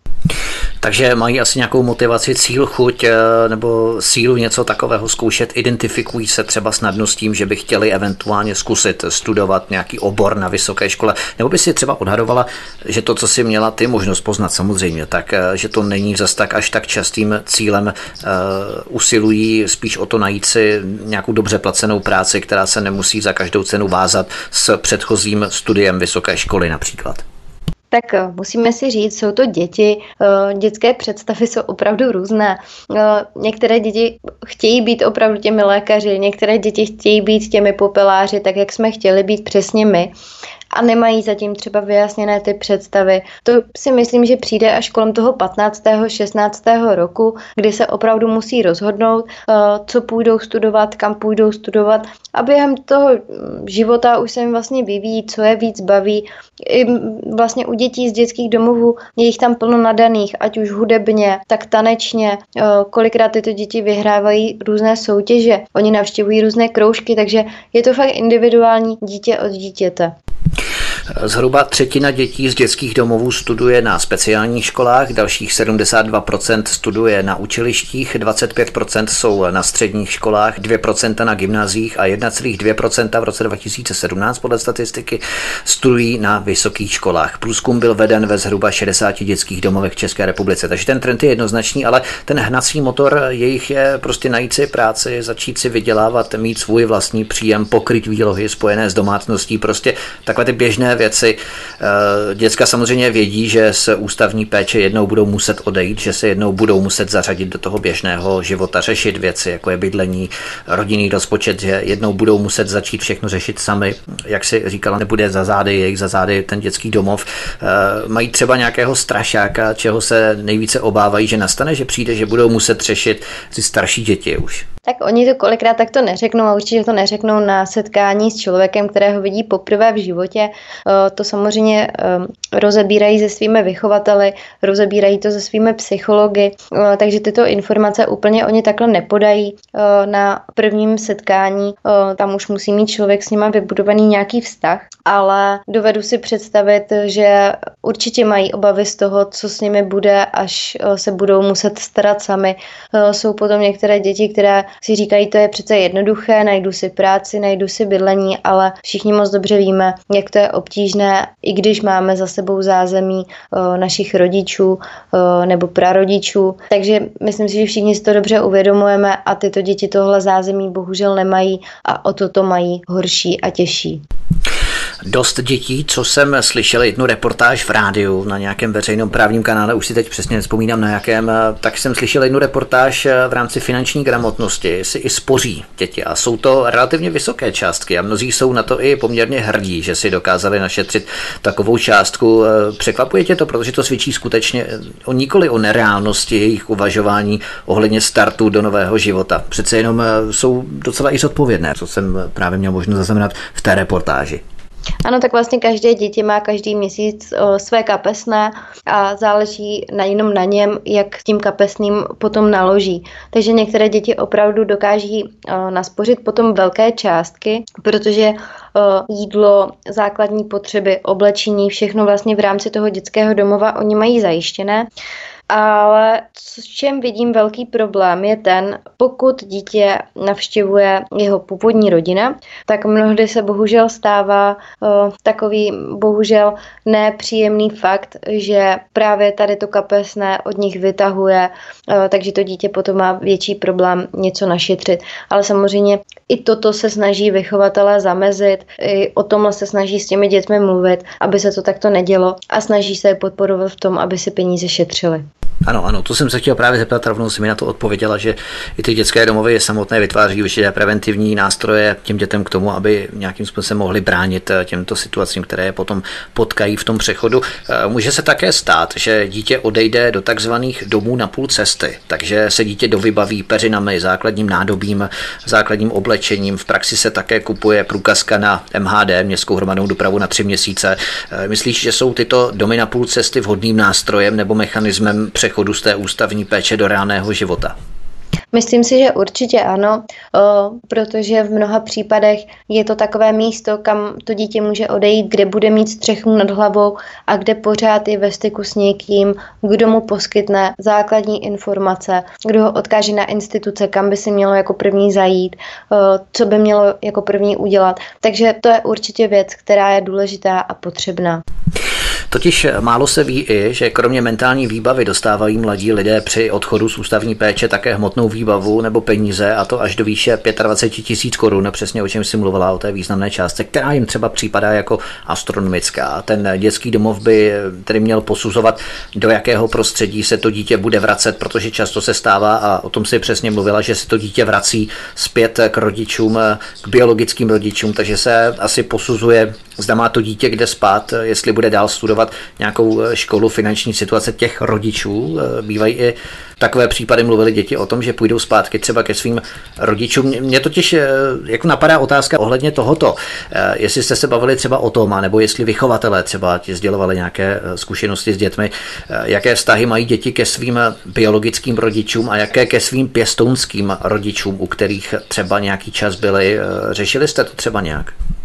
Takže mají asi nějakou motivaci, cíl, chuť nebo sílu něco takového zkoušet, identifikují se třeba snadno s tím, že by chtěli eventuálně zkusit studovat nějaký obor na vysoké škole, nebo by si třeba odhadovala, že to, co si měla ty možnost poznat samozřejmě, tak že to není zas tak až tak častým cílem, uh, usilují spíš o to najít si nějakou dobře placenou práci, která se nemusí za každou cenu vázat s předchozím studiem vysoké školy například. Tak musíme si říct, jsou to děti, dětské představy jsou opravdu různé. Některé děti chtějí být opravdu těmi lékaři, některé děti chtějí být těmi popeláři, tak jak jsme chtěli být přesně my. A nemají zatím třeba vyjasněné ty představy. To si myslím, že přijde až kolem toho patnáctého šestnáctého roku, kdy se opravdu musí rozhodnout, co půjdou studovat, kam půjdou studovat a během toho života už se jim vlastně vyvíjí, co je víc baví. I vlastně u dětí z dětských domovů je jich tam plno nadaných, ať už hudebně, tak tanečně. Kolikrát tyto děti vyhrávají různé soutěže, oni navštěvují různé kroužky, takže je to fakt individuální dítě od dítěte. Zhruba třetina dětí z dětských domovů studuje na speciálních školách, dalších sedmdesát dva procent studuje na učilištích, dvacet pět procent jsou na středních školách, dvě procenta na gymnáziích a jedna celá dvě procenta v roce dva tisíce sedmnáct podle statistiky studují na vysokých školách. Průzkum byl veden ve zhruba šedesáti dětských domovech v České republice, takže ten trend je jednoznačný, ale ten hnací motor jejich je prostě najít si práci, začít si vydělávat, mít svůj vlastní příjem, pokryt výlohy spojené s domácností, prostě takové ty běžné věci. Děcka samozřejmě vědí, že z ústavní péče jednou budou muset odejít, že se jednou budou muset zařadit do toho běžného života, řešit věci, jako je bydlení, rodinný rozpočet, že jednou budou muset začít všechno řešit sami. Jak si říkala, nebude za zády jejich, za zády ten dětský domov. Mají třeba nějakého strašáka, čeho se nejvíce obávají, že nastane, že přijde, že budou muset řešit ty starší děti už. Tak oni to kolikrát takto neřeknou a určitě to neřeknou na setkání s člověkem, kterého vidí poprvé v životě. To samozřejmě rozebírají se svými vychovateli, rozebírají to se svými psychology, takže tyto informace úplně oni takhle nepodají na prvním setkání. Tam už musí mít člověk s nima vybudovaný nějaký vztah, ale dovedu si představit, že určitě mají obavy z toho, co s nimi bude, až se budou muset starat sami. Jsou potom některé děti, které si říkají, to je přece jednoduché, najdu si práci, najdu si bydlení, ale všichni moc dobře víme, jak to je obtížné, i když máme za sebou zázemí o, našich rodičů o, nebo prarodičů. Takže myslím si, že všichni si to dobře uvědomujeme a tyto děti tohle zázemí bohužel nemají a o to to mají horší a těžší. Dost dětí, co jsem slyšel jednu reportáž v rádiu na nějakém veřejnom právním kanále, už si teď přesně nevzpomínám na jakém, tak jsem slyšel jednu reportáž v rámci finanční gramotnosti, si i spoří děti a jsou to relativně vysoké částky a mnozí jsou na to i poměrně hrdí, že si dokázali našetřit takovou částku. Překvapuje tě to, protože to svědčí skutečně o nikoli o nereálnosti jejich uvažování ohledně startu do nového života. Přece jenom jsou docela i zodpovědné, co jsem právě měl možnost zaznamenat v té reportáži. Ano, tak vlastně každé dítě má každý měsíc o, své kapesné a záleží na jenom na něm, jak s tím kapesným potom naloží. Takže některé děti opravdu dokáží o, naspořit potom velké částky, protože o, jídlo, základní potřeby, oblečení, všechno vlastně v rámci toho dětského domova oni mají zajištěné. Ale s čem vidím velký problém je ten, pokud dítě navštěvuje jeho původní rodina, tak mnohdy se bohužel stává o, takový bohužel nepříjemný fakt, že právě tady to kapesné od nich vytahuje, o, takže to dítě potom má větší problém něco našetřit. Ale samozřejmě i toto se snaží vychovatelé zamezit, i o tomhle se snaží s těmi dětmi mluvit, aby se to takto nedělo a snaží se je podporovat v tom, aby si peníze šetřili. Ano, ano, to jsem se chtěl právě zeptat, rovnou si mi na to odpověděla, že i ty dětské domovy samotné vytváří určitě preventivní nástroje těm dětem k tomu, aby nějakým způsobem mohli bránit těmto situacím, které je potom potkají v tom přechodu. Může se také stát, že dítě odejde do takzvaných domů na půl cesty, takže se dítě dovybaví peřinami, základním nádobím, základním oblečením. V praxi se také kupuje průkazka na M H D, městskou hromadnou dopravu na tři měsíce. Myslíš, že jsou tyto domy na půl cesty vhodným nástrojem nebo mechanismem přechodu z té ústavní péče do reálného života? Myslím si, že určitě ano, o, protože v mnoha případech je to takové místo, kam to dítě může odejít, kde bude mít střechu nad hlavou a kde pořád je ve styku s někým, kdo mu poskytne základní informace, kdo ho odkáže na instituce, kam by si mělo jako první zajít, o, co by mělo jako první udělat. Takže to je určitě věc, která je důležitá a potřebná. Totiž málo se ví i, že kromě mentální výbavy dostávají mladí lidé při odchodu z ústavní péče také hmotnou výbavu nebo peníze, a to až do výše dvacet pět tisíc korun, přesně o čem si mluvila, o té významné částce, která jim třeba připadá jako astronomická. Ten dětský domov by tedy měl posuzovat, do jakého prostředí se to dítě bude vracet, protože často se stává, a o tom si přesně mluvila, že se to dítě vrací zpět k rodičům, k biologickým rodičům, takže se asi posuzuje, zda má to dítě kde spát, jestli bude dál studovat nějakou školu, finanční situace těch rodičů. Bývají i takové případy, mluvili děti o tom, že půjdou zpátky třeba ke svým rodičům. Mě totiž jako napadá otázka ohledně tohoto, jestli jste se bavili třeba o tom, nebo jestli vychovatelé třeba ti sdělovali nějaké zkušenosti s dětmi, jaké vztahy mají děti ke svým biologickým rodičům a jaké ke svým pěstounským rodičům, u kterých třeba nějaký čas byli. Řešili jste to třeba nějak?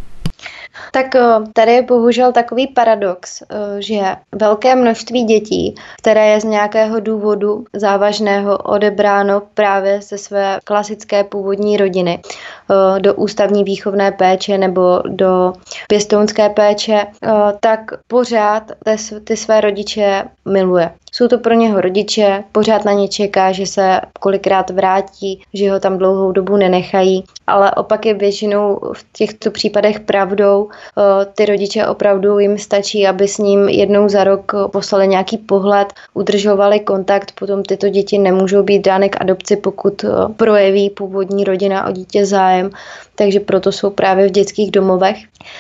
Tak tady je bohužel takový paradox, že velké množství dětí, které je z nějakého důvodu závažného odebráno právě ze své klasické původní rodiny do ústavní výchovné péče nebo do pěstounské péče, tak pořád ty své rodiče miluje. Jsou to pro něho rodiče, pořád na ně čeká, že se kolikrát vrátí, že ho tam dlouhou dobu nenechají, ale opak je většinou v těchto případech pravdou. Ty rodiče opravdu jim stačí, aby s ním jednou za rok poslali nějaký pohled, udržovali kontakt, potom tyto děti nemůžou být dány k adopci, pokud projeví původní rodina o dítě zájem, takže proto jsou právě v dětských domovech.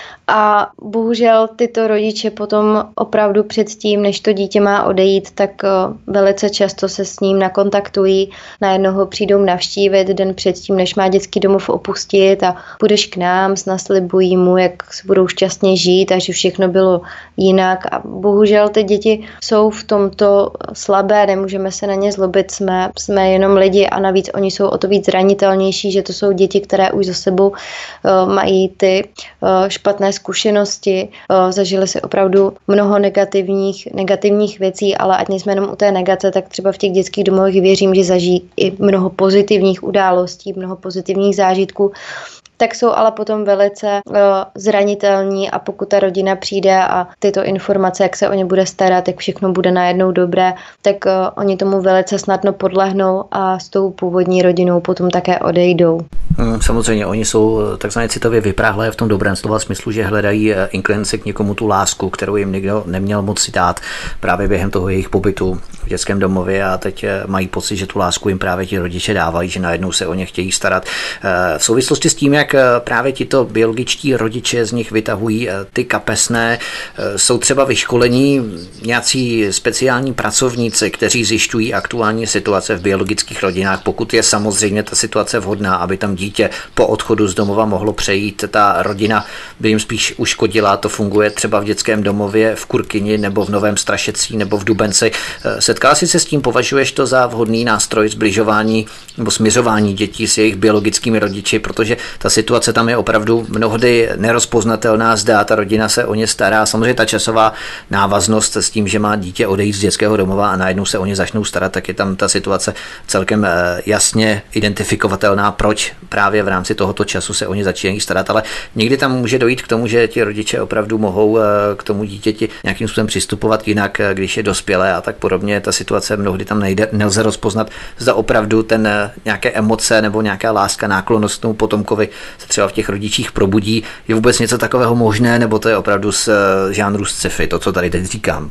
A bohužel tyto rodiče potom opravdu předtím, než to dítě má odejít, tak velice často se s ním nakontaktují, najednou ho přijdou navštívit den předtím, než má dětský domov opustit a půjdeš k nám, naslibují mu, jak se budou šťastně žít a že všechno bylo jinak. A bohužel ty děti jsou v tomto slabé, nemůžeme se na ně zlobit, jsme, jsme jenom lidi a navíc oni jsou o to víc zranitelnější, že to jsou děti, které už za sebou uh, mají ty uh, špatné zkušenosti, zažili si opravdu mnoho negativních, negativních věcí, ale ať nejsme jenom u té negace, tak třeba v těch dětských domovech věřím, že zažijí i mnoho pozitivních událostí, mnoho pozitivních zážitků, tak jsou ale potom velice uh, zranitelní a pokud ta rodina přijde a tyto informace, jak se o ně bude starat, jak všechno bude najednou dobré, tak uh, oni tomu velice snadno podlehnou a s tou původní rodinou potom také odejdou. Samozřejmě, oni jsou takzvaně citově vypráhlé v tom dobrém slova smyslu, že hledají inklinci k někomu tu lásku, kterou jim nikdo neměl moci dát právě během toho jejich pobytu v dětském domově a teď mají pocit, že tu lásku jim právě ti rodiče dávají, že najednou se o ně chtějí starat. V souvislosti s tím, jak právě tito biologičtí rodiče z nich vytahují ty kapesné, jsou třeba vyškolení nějací speciální pracovníci, kteří zjišťují aktuální situace v biologických rodinách, pokud je samozřejmě ta situace vhodná, aby tam dítě po odchodu z domova mohlo přejít. Ta rodina by jim spíš uškodila, to funguje třeba v dětském domově v Kurkyni nebo v Novém Strašecí nebo v Dubenci. Setkala jsi se s tím, považuješ to za vhodný nástroj zbližování nebo smiřování dětí s jejich biologickými rodiči, protože ta situace tam je opravdu mnohdy nerozpoznatelná, zdá, ta rodina se o ně stará. Samozřejmě ta časová návaznost s tím, že má dítě odejít z dětského domova a najednou se o ně začnou starat, tak je tam ta situace celkem jasně identifikovatelná, proč právě v rámci tohoto času se o ně začínají starat, ale někdy tam může dojít k tomu, že ti rodiče opravdu mohou k tomu dítěti nějakým způsobem přistupovat jinak, když je dospělé a tak podobně. Ta situace mnohdy tam nejde, nelze rozpoznat, zda opravdu ten nějaké emoce nebo nějaká láska, náklonnost tomu potomkovi se třeba v těch rodičích probudí. Je vůbec něco takového možné, nebo to je opravdu z žánru sci-fi, to, co tady teď říkám?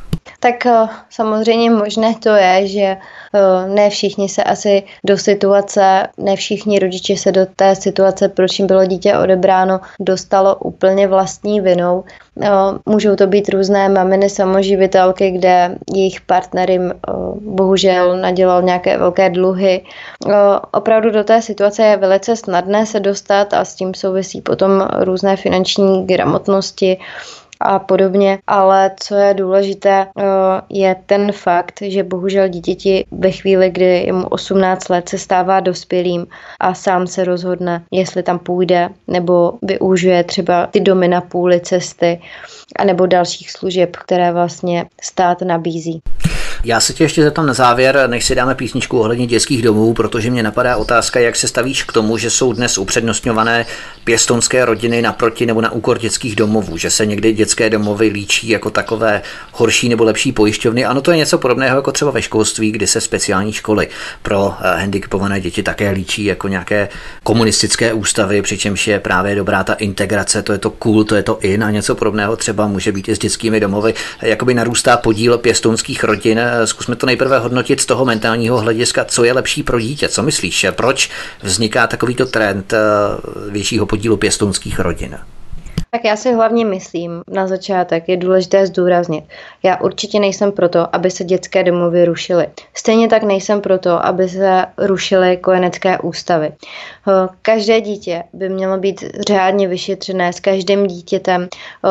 Tak samozřejmě možné to je, že ne všichni se asi do situace, ne všichni rodiče se do té situace, proč jim bylo dítě odebráno, dostalo úplně vlastní vinou. Můžou to být různé maminy samoživitelky, kde jejich partner jim bohužel nadělal nějaké velké dluhy. Opravdu do té situace je velice snadné se dostat a s tím souvisí potom různé finanční gramotnosti a podobně, ale co je důležité, je ten fakt, že bohužel dítěti ve chvíli, kdy je mu osmnáct let, se stává dospělým a sám se rozhodne, jestli tam půjde nebo využije třeba ty domy na půli cesty a nebo dalších služeb, které vlastně stát nabízí. Já se tě ještě zeptám na závěr, než si dáme písničku ohledně dětských domů, protože mě napadá otázka, jak se stavíš k tomu, že jsou dnes upřednostňované pěstounské rodiny naproti nebo na úkor dětských domovů, že se někdy dětské domovy líčí jako takové horší nebo lepší pojišťovny. Ano, to je něco podobného jako třeba ve školství, kdy se speciální školy pro handicapované děti také líčí jako nějaké komunistické ústavy, přičemž je právě dobrá ta integrace, to je to cool, to je to in a něco podobného třeba může být i s dětskými domovy. Jakoby narůstá podíl pěstounských rodin. Zkusme to nejprve hodnotit z toho mentálního hlediska, co je lepší pro dítě. Co myslíš? Proč vzniká takovýto trend většího podílu pěstounských rodin? Tak já si hlavně myslím, na začátek je důležité zdůraznit. Já určitě nejsem proto, aby se dětské domovy rušily. Stejně tak nejsem proto, aby se rušily kojenecké ústavy. Každé dítě by mělo být řádně vyšetřené, s každým dítětem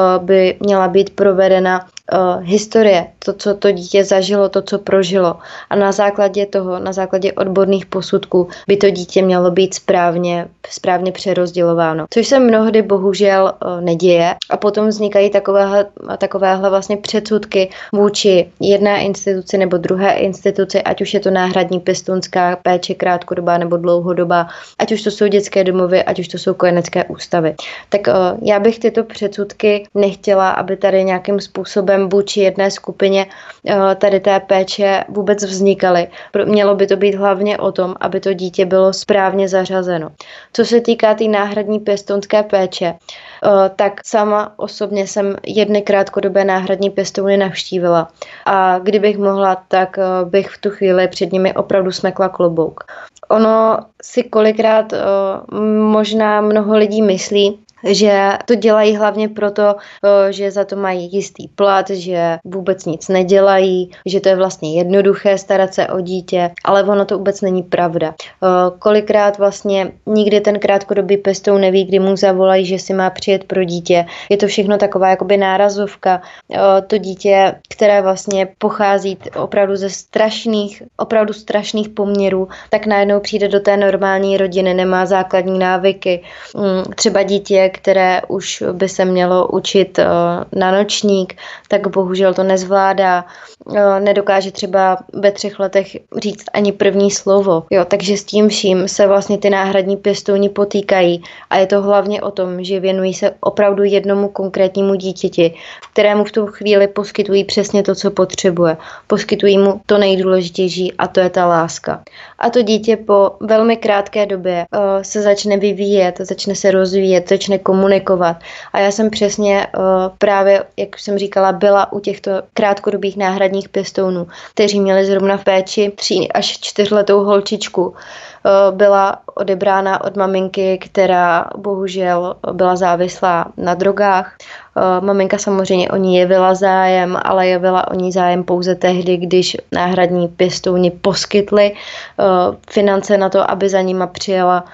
by měla být provedena historie, to, co to dítě zažilo, to, co prožilo. A na základě toho, na základě odborných posudků by to dítě mělo být správně, správně přerozdělováno. Což se mnohdy bohužel neděje a potom vznikají takovéhle, takovéhle vlastně předsudky vůči jedné instituci nebo druhé instituci, ať už je to náhradní pěstounská péče krátkodobá nebo dlouhodobá, ať už to jsou dětské domovy, ať už to jsou kojenecké ústavy. Tak já bych tyto předsudky nechtěla, aby tady nějakým způsobem způsobem vůči jedné skupině tady té péče vůbec vznikaly. Mělo by to být hlavně o tom, aby to dítě bylo správně zařazeno. Co se týká té tý náhradní pěstounské péče, tak sama osobně jsem jedny krátkodobé náhradní pěstouny navštívila a kdybych mohla, tak bych v tu chvíli před nimi opravdu smekla klobouk. Ono si kolikrát možná mnoho lidí myslí, že to dělají hlavně proto, že za to mají jistý plat, že vůbec nic nedělají, že to je vlastně jednoduché starat se o dítě, ale ono to vůbec není pravda. Kolikrát vlastně nikdy ten krátkodobý pěstoun neví, kdy mu zavolají, že si má přijet pro dítě. Je to všechno taková jakoby nárazovka. To dítě, které vlastně pochází opravdu ze strašných, opravdu strašných poměrů, tak najednou přijde do té normální rodiny, nemá základní návyky. Třeba dítě, které už by se mělo učit na nočník, tak bohužel to nezvládá. Nedokáže třeba ve třech letech říct ani první slovo. Jo, takže s tím vším se vlastně ty náhradní pěstouni potýkají a je to hlavně o tom, že věnují se opravdu jednomu konkrétnímu dítěti, kterému v tu chvíli poskytují přesně to, co potřebuje. Poskytují mu to nejdůležitější a to je ta láska. A to dítě po velmi krátké době uh, se začne vyvíjet, začne se rozvíjet, začne komunikovat. A já jsem přesně uh, právě, jak jsem říkala, byla u těchto krátkodobých náhradních pěstounů, kteří měli zrovna v péči tří až čtyřletou holčičku. Byla odebrána od maminky, která bohužel byla závislá na drogách. Maminka samozřejmě o ní jevila zájem, ale jevila o ní zájem pouze tehdy, když náhradní pěstouni poskytli finance na to, aby za nima přijela.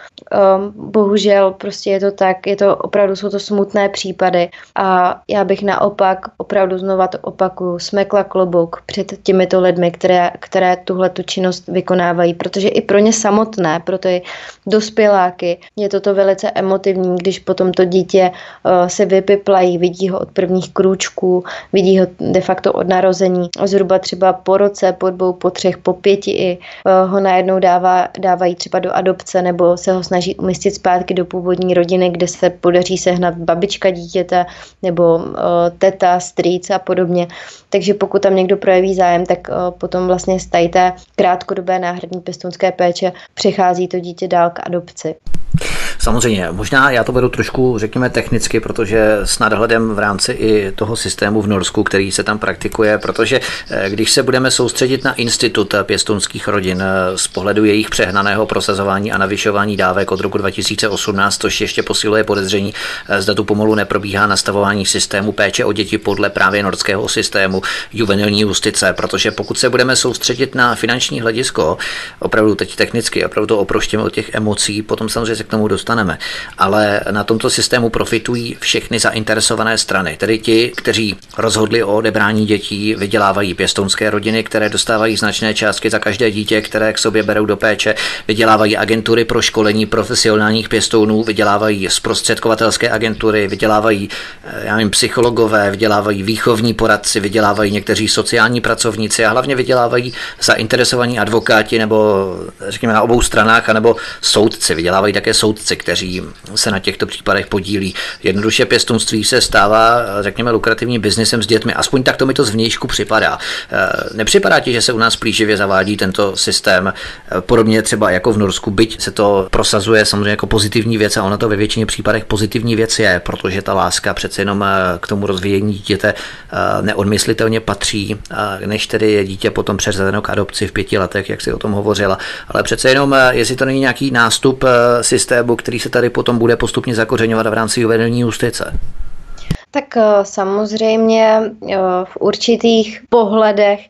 Bohužel prostě je to tak, je to opravdu, jsou to smutné případy a já bych naopak, opravdu znova to opakuju, smekla klobouk před těmito lidmi, které, které tuhle tu činnost vykonávají, protože i pro ně samotné, pro ty dospěláky je toto velice emotivní, když potom to dítě uh, se vypiplají, vidí ho od prvních krůčků, vidí ho de facto od narození, zhruba třeba po roce, po dvou, po třech, po pěti i uh, ho najednou dává, dávají třeba do adopce nebo se ho snaží umístit zpátky do původní rodiny, kde se podaří sehnat babička dítěte nebo uh, teta, strýc a podobně. Takže pokud tam někdo projeví zájem, tak uh, potom vlastně z té krátkodobé náhradní pěstounské péče přechází to dítě dál k adopci. Samozřejmě, možná já to beru trošku, řekněme, technicky, protože s nadhledem v rámci i toho systému v Norsku, který se tam praktikuje, protože když se budeme soustředit na institut pěstounských rodin z pohledu jejich přehnaného prosazování a navyšování dávek od roku dva tisíce osmnáct, což ještě posiluje podezření, zda tu pomalu neprobíhá nastavování systému péče o děti podle právě norského systému juvenilní justice, protože pokud se budeme soustředit na finanční hledisko, opravdu teď technicky, opravdu to oproštěme od těch emocí, potom samozřejmě se k tomu dostaneme. Ale na tomto systému profitují všechny zainteresované strany, tedy ti, kteří rozhodli o odebrání dětí, vydělávají pěstounské rodiny, které dostávají značné částky za každé dítě, které k sobě berou do péče, vydělávají agentury pro školení profesionálních pěstounů, vydělávají zprostředkovatelské agentury, vydělávají, já nevím, psychologové, vydělávají výchovní poradci, vydělávají někteří sociální pracovníci a hlavně vydělávají zainteresovaní advokáti nebo řekněme na obou stranách, anebo soudci, vydělávají také soudci, kteří se na těchto případech podílí. Jednoduše pěstounství se stává, řekněme, lukrativním biznesem s dětmi. Aspoň tak to mi to zvnějšku připadá. Nepřipadá ti, že se u nás plíživě zavádí tento systém, podobně třeba jako v Norsku, byť se to prosazuje samozřejmě jako pozitivní věc a ono to ve většině případech pozitivní věc je, protože ta láska přece jenom k tomu rozvíjení dítěte neodmyslitelně patří, než tedy je dítě potom přeřazeno k adopci v pěti letech, jak si o tom hovořila. Ale přece jenom, jestli to není nějaký nástup systému, který se tady potom bude postupně zakořeňovat v rámci juvenilní justice. Tak samozřejmě v určitých pohledech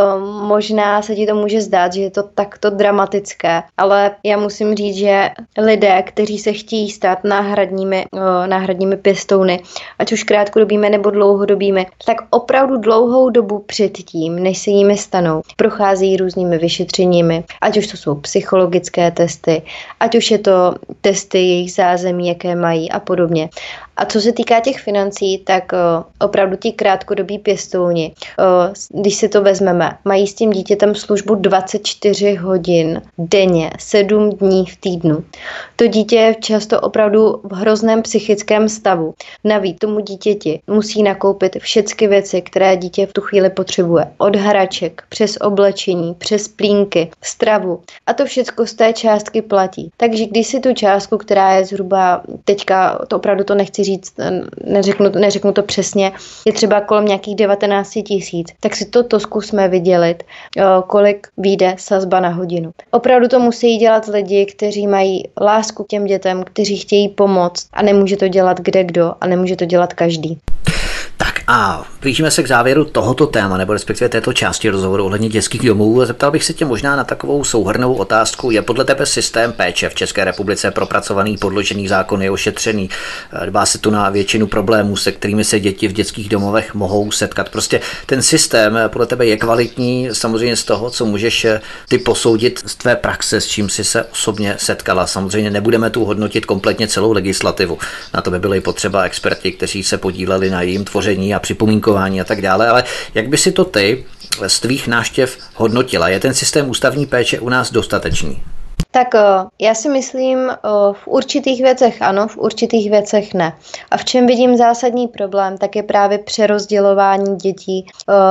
možná se ti to může zdát, že je to takto dramatické, ale já musím říct, že lidé, kteří se chtějí stát náhradními, náhradními pěstouny, ať už krátkodobými nebo dlouhodobými, tak opravdu dlouhou dobu předtím, než se jimi stanou, prochází různými vyšetřeními, ať už to jsou psychologické testy, ať už je to testy jejich zázemí, jaké mají a podobně. A co se týká těch financí, tak opravdu ti krátkodobí pěstouni, když si to vezmeme, mají s tím dítětem službu dvacet čtyři hodin denně, sedm dní v týdnu. To dítě je často opravdu v hrozném psychickém stavu. Navíc tomu dítěti musí nakoupit všechny věci, které dítě v tu chvíli potřebuje. Od hraček, přes oblečení, přes plínky, stravu. A to všechno z té částky platí. Takže když si tu částku, která je zhruba, teďka to opravdu to nechci říct, neřeknu, neřeknu to přesně, je třeba kolem nějakých devatenáct tisíc, tak si toto zkusme vydělit, kolik vyjde sazba na hodinu. Opravdu to musí dělat lidi, kteří mají lásku k těm dětem, kteří chtějí pomoct a nemůže to dělat kdekdo a nemůže to dělat každý. Tak a blížíme se k závěru tohoto téma, nebo respektive této části rozhovoru ohledně dětských domů. Zeptal bych se tě možná na takovou souhrnnou otázku. Je podle tebe systém péče v České republice propracovaný, podložený, zákony, ošetřený? Dbá se tu na většinu problémů, se kterými se děti v dětských domovech mohou setkat. Prostě ten systém podle tebe je kvalitní, samozřejmě z toho, co můžeš ty posoudit z tvé praxe, s čím jsi se osobně setkala. Samozřejmě nebudeme tu hodnotit kompletně celou legislativu. Na to by byly potřeba experti, kteří se podíleli na jejím tvoření a připomínkování a tak dále, ale jak by si to ty z tvých návštěv hodnotila? Je ten systém ústavní péče u nás dostatečný? Tak já si myslím, v určitých věcech ano, v určitých věcech ne. A v čem vidím zásadní problém, tak je právě přerozdělování dětí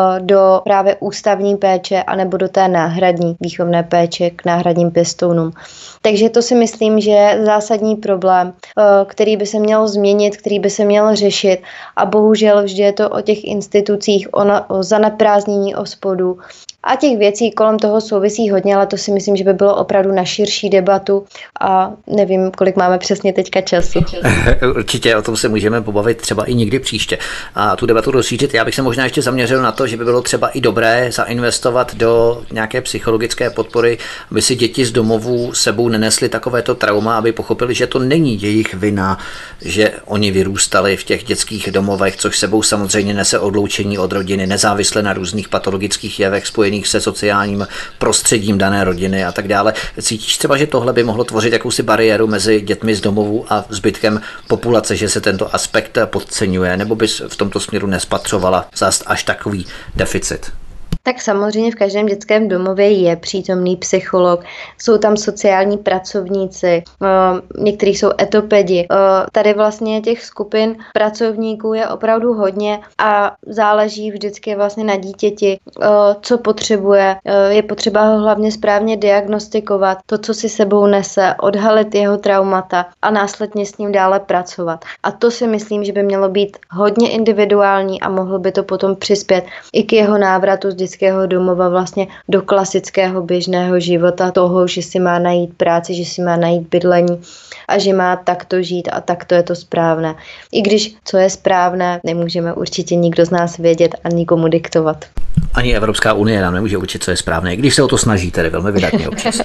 do právě ústavní péče anebo do té náhradní výchovné péče k náhradním pěstounům. Takže to si myslím, že je zásadní problém, který by se měl změnit, který by se měl řešit a bohužel vždy je to o těch institucích, o, na, o zaneprázdnění ospodů a těch věcí kolem toho souvisí hodně, ale to si myslím, že by bylo opravdu na širší debatu a nevím, kolik máme přesně teďka času. Určitě o tom se můžeme pobavit třeba i někdy příště a tu debatu rozšířit. Já bych se možná ještě zaměřil na to, že by bylo třeba i dobré zainvestovat do nějaké psychologické podpory, aby si děti z domovů sebou nenesli takovéto trauma, aby pochopili, že to není jejich vina, že oni vyrůstali v těch dětských domovech, což sebou samozřejmě nese odloučení od rodiny, nezávisle na různých patologických jevech spojených se sociálním prostředím dané rodiny a tak dále. Cítíš třeba, že tohle by mohlo tvořit jakousi bariéru mezi dětmi z domovů a zbytkem populace, že se tento aspekt podceňuje, nebo bys v tomto směru nespatřovala zas až takový deficit? Tak samozřejmě v každém dětském domově je přítomný psycholog, jsou tam sociální pracovníci, někteří jsou etopedi. Tady vlastně těch skupin pracovníků je opravdu hodně a záleží vždycky vlastně na dítěti, co potřebuje. Je potřeba ho hlavně správně diagnostikovat, to, co si sebou nese, odhalit jeho traumata a následně s ním dále pracovat. A to si myslím, že by mělo být hodně individuální a mohlo by to potom přispět i k jeho návratu z dětského domova vlastně do klasického běžného života, toho, že si má najít práci, že si má najít bydlení a že má takto žít a takto je to správné. I když co je správné, nemůžeme určitě nikdo z nás vědět a nikomu diktovat. Ani Evropská unie nám nemůže určit, co je správné, když se o to snaží, tedy velmi vydatně občas.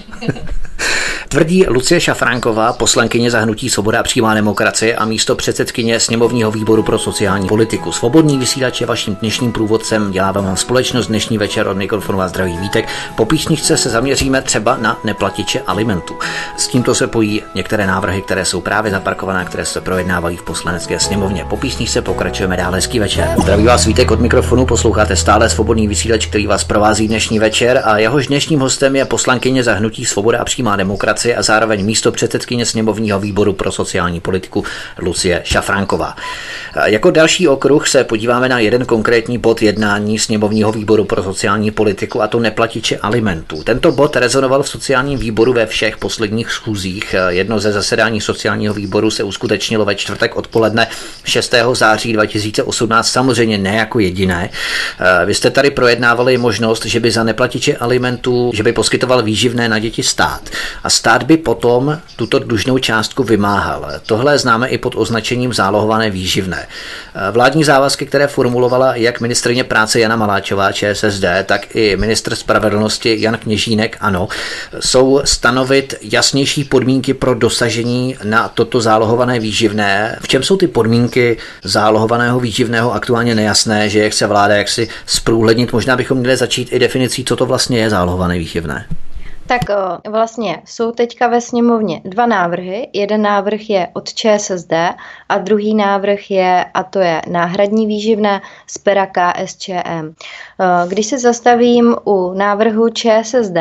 Tvrdí Lucie Šafránková, poslankyně za hnutí Svoboda a přímá demokracie a místo předsedkyně sněmovního výboru pro sociální politiku. Svobodný vysílač je vaším dnešním průvodcem, děláme vám společnost dnešní večer, od mikrofonu vás zdraví Vítek. Po písničce se zaměříme třeba na neplatiče alimentů. S tímto se pojí některé návrhy, které jsou právě zaparkované, které se projednávají v poslanecké sněmovně. Po písničce pokračujeme dál, hezký večer. Zdraví vás Vítek od mikrofonu, posloucháte stále Svobodný vysílač, který vás provází dnešní večer a jehož dnešním hostem je poslankyně za hnutí Svoboda a přímá demokracie a zároveň místo předsedkyně sněmovního výboru pro sociální politiku Lucie Šafránková. Jako další okruh se podíváme na jeden konkrétní bod jednání sněmovního výboru pro sociální politiku, a to neplatiče alimentů. Tento bod rezonoval v sociálním výboru ve všech posledních schůzích. Jedno ze zasedání sociálního výboru se uskutečnilo ve čtvrtek odpoledne šestého září dva tisíce osmnáct, samozřejmě ne jako jediné. Vy jste tady projednávali možnost, že by za neplatiče alimentů, že by poskytoval výživné na děti stát. A stát by potom tuto dlužnou částku vymáhal. Tohle známe i pod označením zálohované výživné. Vládní závazky, které formulovala jak ministryně práce Jana Maláčová ČSSD, tak i ministr spravedlnosti Jan Kněžínek, ANO, jsou stanovit jasnější podmínky pro dosažení na toto zálohované výživné. V čem jsou ty podmínky zálohovaného výživného aktuálně nejasné, že jak se vláda jaksi zprůhlednit? Možná bychom měli začít i definicí, co to vlastně je zálohované výživné. Tak vlastně jsou teďka ve sněmovně dva návrhy. Jeden návrh je od ČSSD a druhý návrh je, a to je náhradní výživné z pera KSČM. Když se zastavím u návrhu ČSSD,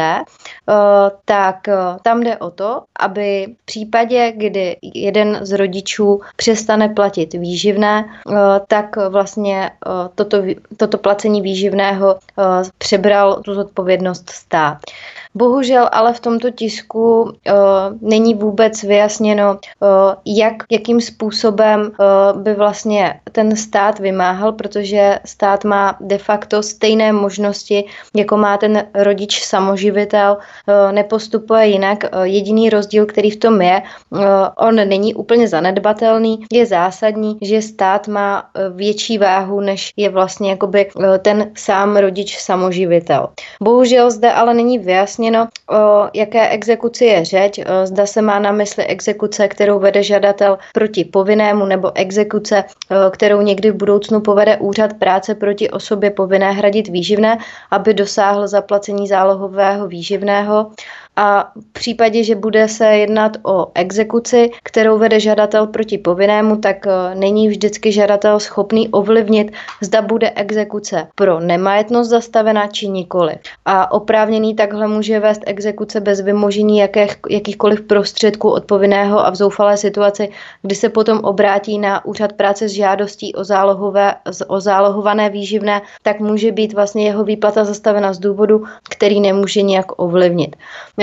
tak tam jde o to, aby v případě, kdy jeden z rodičů přestane platit výživné, tak vlastně toto, toto placení výživného přebral tu zodpovědnost stát. Bohužel ale v tomto tisku uh, není vůbec vyjasněno, uh, jak, jakým způsobem uh, by vlastně ten stát vymáhal, protože stát má de facto stejné možnosti, jako má ten rodič samoživitel, uh, nepostupuje jinak. Uh, jediný rozdíl, který v tom je, uh, on není úplně zanedbatelný, je zásadní, že stát má uh, větší váhu, než je vlastně jakoby uh, ten sám rodič samoživitel. Bohužel zde ale není vyjasněno, o jaké exekuci je řeč, zda se má na mysli exekuce, kterou vede žadatel proti povinnému, nebo exekuce, kterou někdy v budoucnu povede úřad práce proti osobě povinné hradit výživné, aby dosáhl zaplacení zálohového výživného. A v případě, že bude se jednat o exekuci, kterou vede žadatel proti povinnému, tak není vždycky žadatel schopný ovlivnit, zda bude exekuce pro nemajetnost zastavena či nikoli. A oprávněný takhle může vést exekuce bez vymožení jakých, jakýchkoliv prostředků od povinného a v zoufalé situaci, kdy se potom obrátí na úřad práce s žádostí o, zálohové, o zálohované výživné, tak může být vlastně jeho výplata zastavena z důvodu, který nemůže nijak ovlivnit.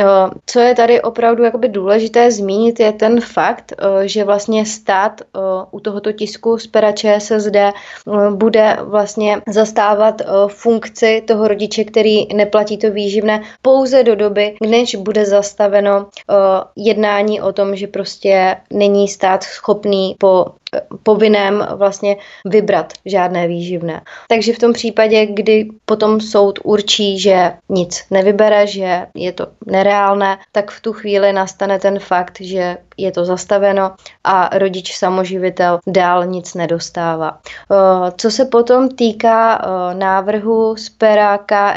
Co je tady opravdu jakoby důležité zmínit, je ten fakt, že vlastně stát u tohoto tisku z pera ČSSD bude vlastně zastávat funkci toho rodiče, který neplatí to výživné, pouze do doby, než bude zastaveno jednání o tom, že prostě není stát schopný po povinném vlastně vybrat žádné výživné. Takže v tom případě, kdy potom soud určí, že nic nevybere, že je to nereálné, tak v tu chvíli nastane ten fakt, že je to zastaveno a rodič samoživitel dál nic nedostává. Co se potom týká návrhu z pera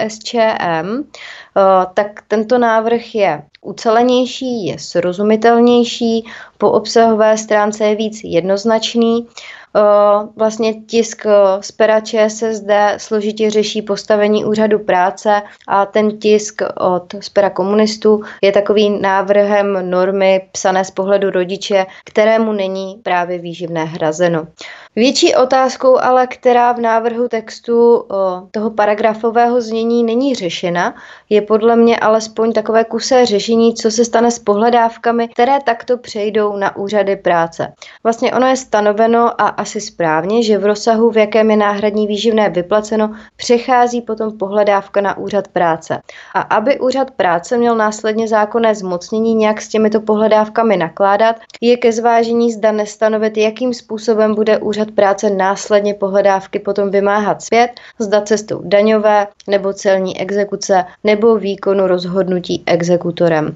KSČM, tak tento návrh je ucelenější, je srozumitelnější, po obsahové stránce je víc jednoznačný. Vlastně tisk z pera ČSSD složitě řeší postavení úřadu práce a ten tisk od z pera komunistů je takovým návrhem normy psané z pohledu rodiče, kterému není právě výživné hrazeno. Větší otázkou ale, která v návrhu textu toho paragrafového znění není řešena, je podle mě alespoň takové kusé řešení, co se stane s pohledávkami, které takto přejdou na úřady práce. Vlastně ono je stanoveno a asi správně, že v rozsahu, v jakém je náhradní výživné vyplaceno, přechází potom pohledávka na úřad práce. A aby úřad práce měl následně zákonné zmocnění nějak s těmito pohledávkami nakládat, je ke zvážení, zda nestanovit, jakým způsobem bude úřad práce následně pohledávky potom vymáhat zpět, zda cestou daňové nebo celní exekuce nebo výkonu rozhodnutí exekutorem.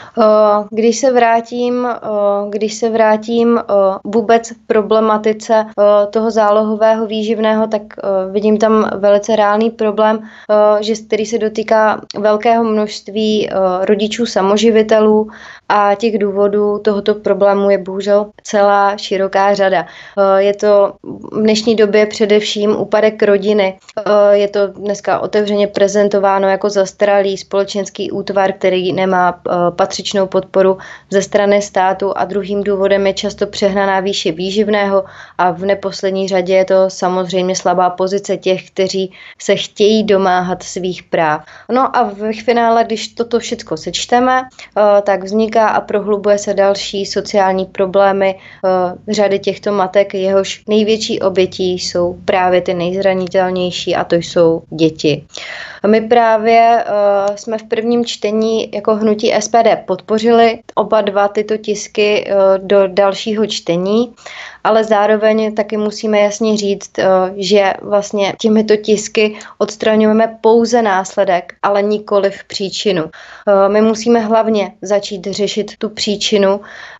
Když se vrátím, když se vrátím vůbec v problematice toho zálohového výživného, tak vidím tam velice reálný problém, že který se dotýká velkého množství rodičů samoživitelů a těch důvodů tohoto problému je bohužel celá široká řada. Je to v dnešní době především úpadek rodiny. Je to dneska otevřeně prezentováno jako zastaralý společenský útvar, který nemá patřičnou podporu ze strany státu a druhým důvodem je často přehnaná výše výživného a v neposlední řadě je to samozřejmě slabá pozice těch, kteří se chtějí domáhat svých práv. No a v finále, když toto všechno sečteme, tak vzniká a prohlubuje se další sociální problémy řady těchto matek, jehož největší obětí jsou právě ty nejzranitelnější a to jsou děti. My právě uh, jsme v prvním čtení jako hnutí S P D podpořili oba dva tyto tisky uh, do dalšího čtení ale zároveň taky musíme jasně říct, že vlastně těmito tisky odstraňujeme pouze následek, ale nikoliv příčinu. My musíme hlavně začít řešit tu příčinu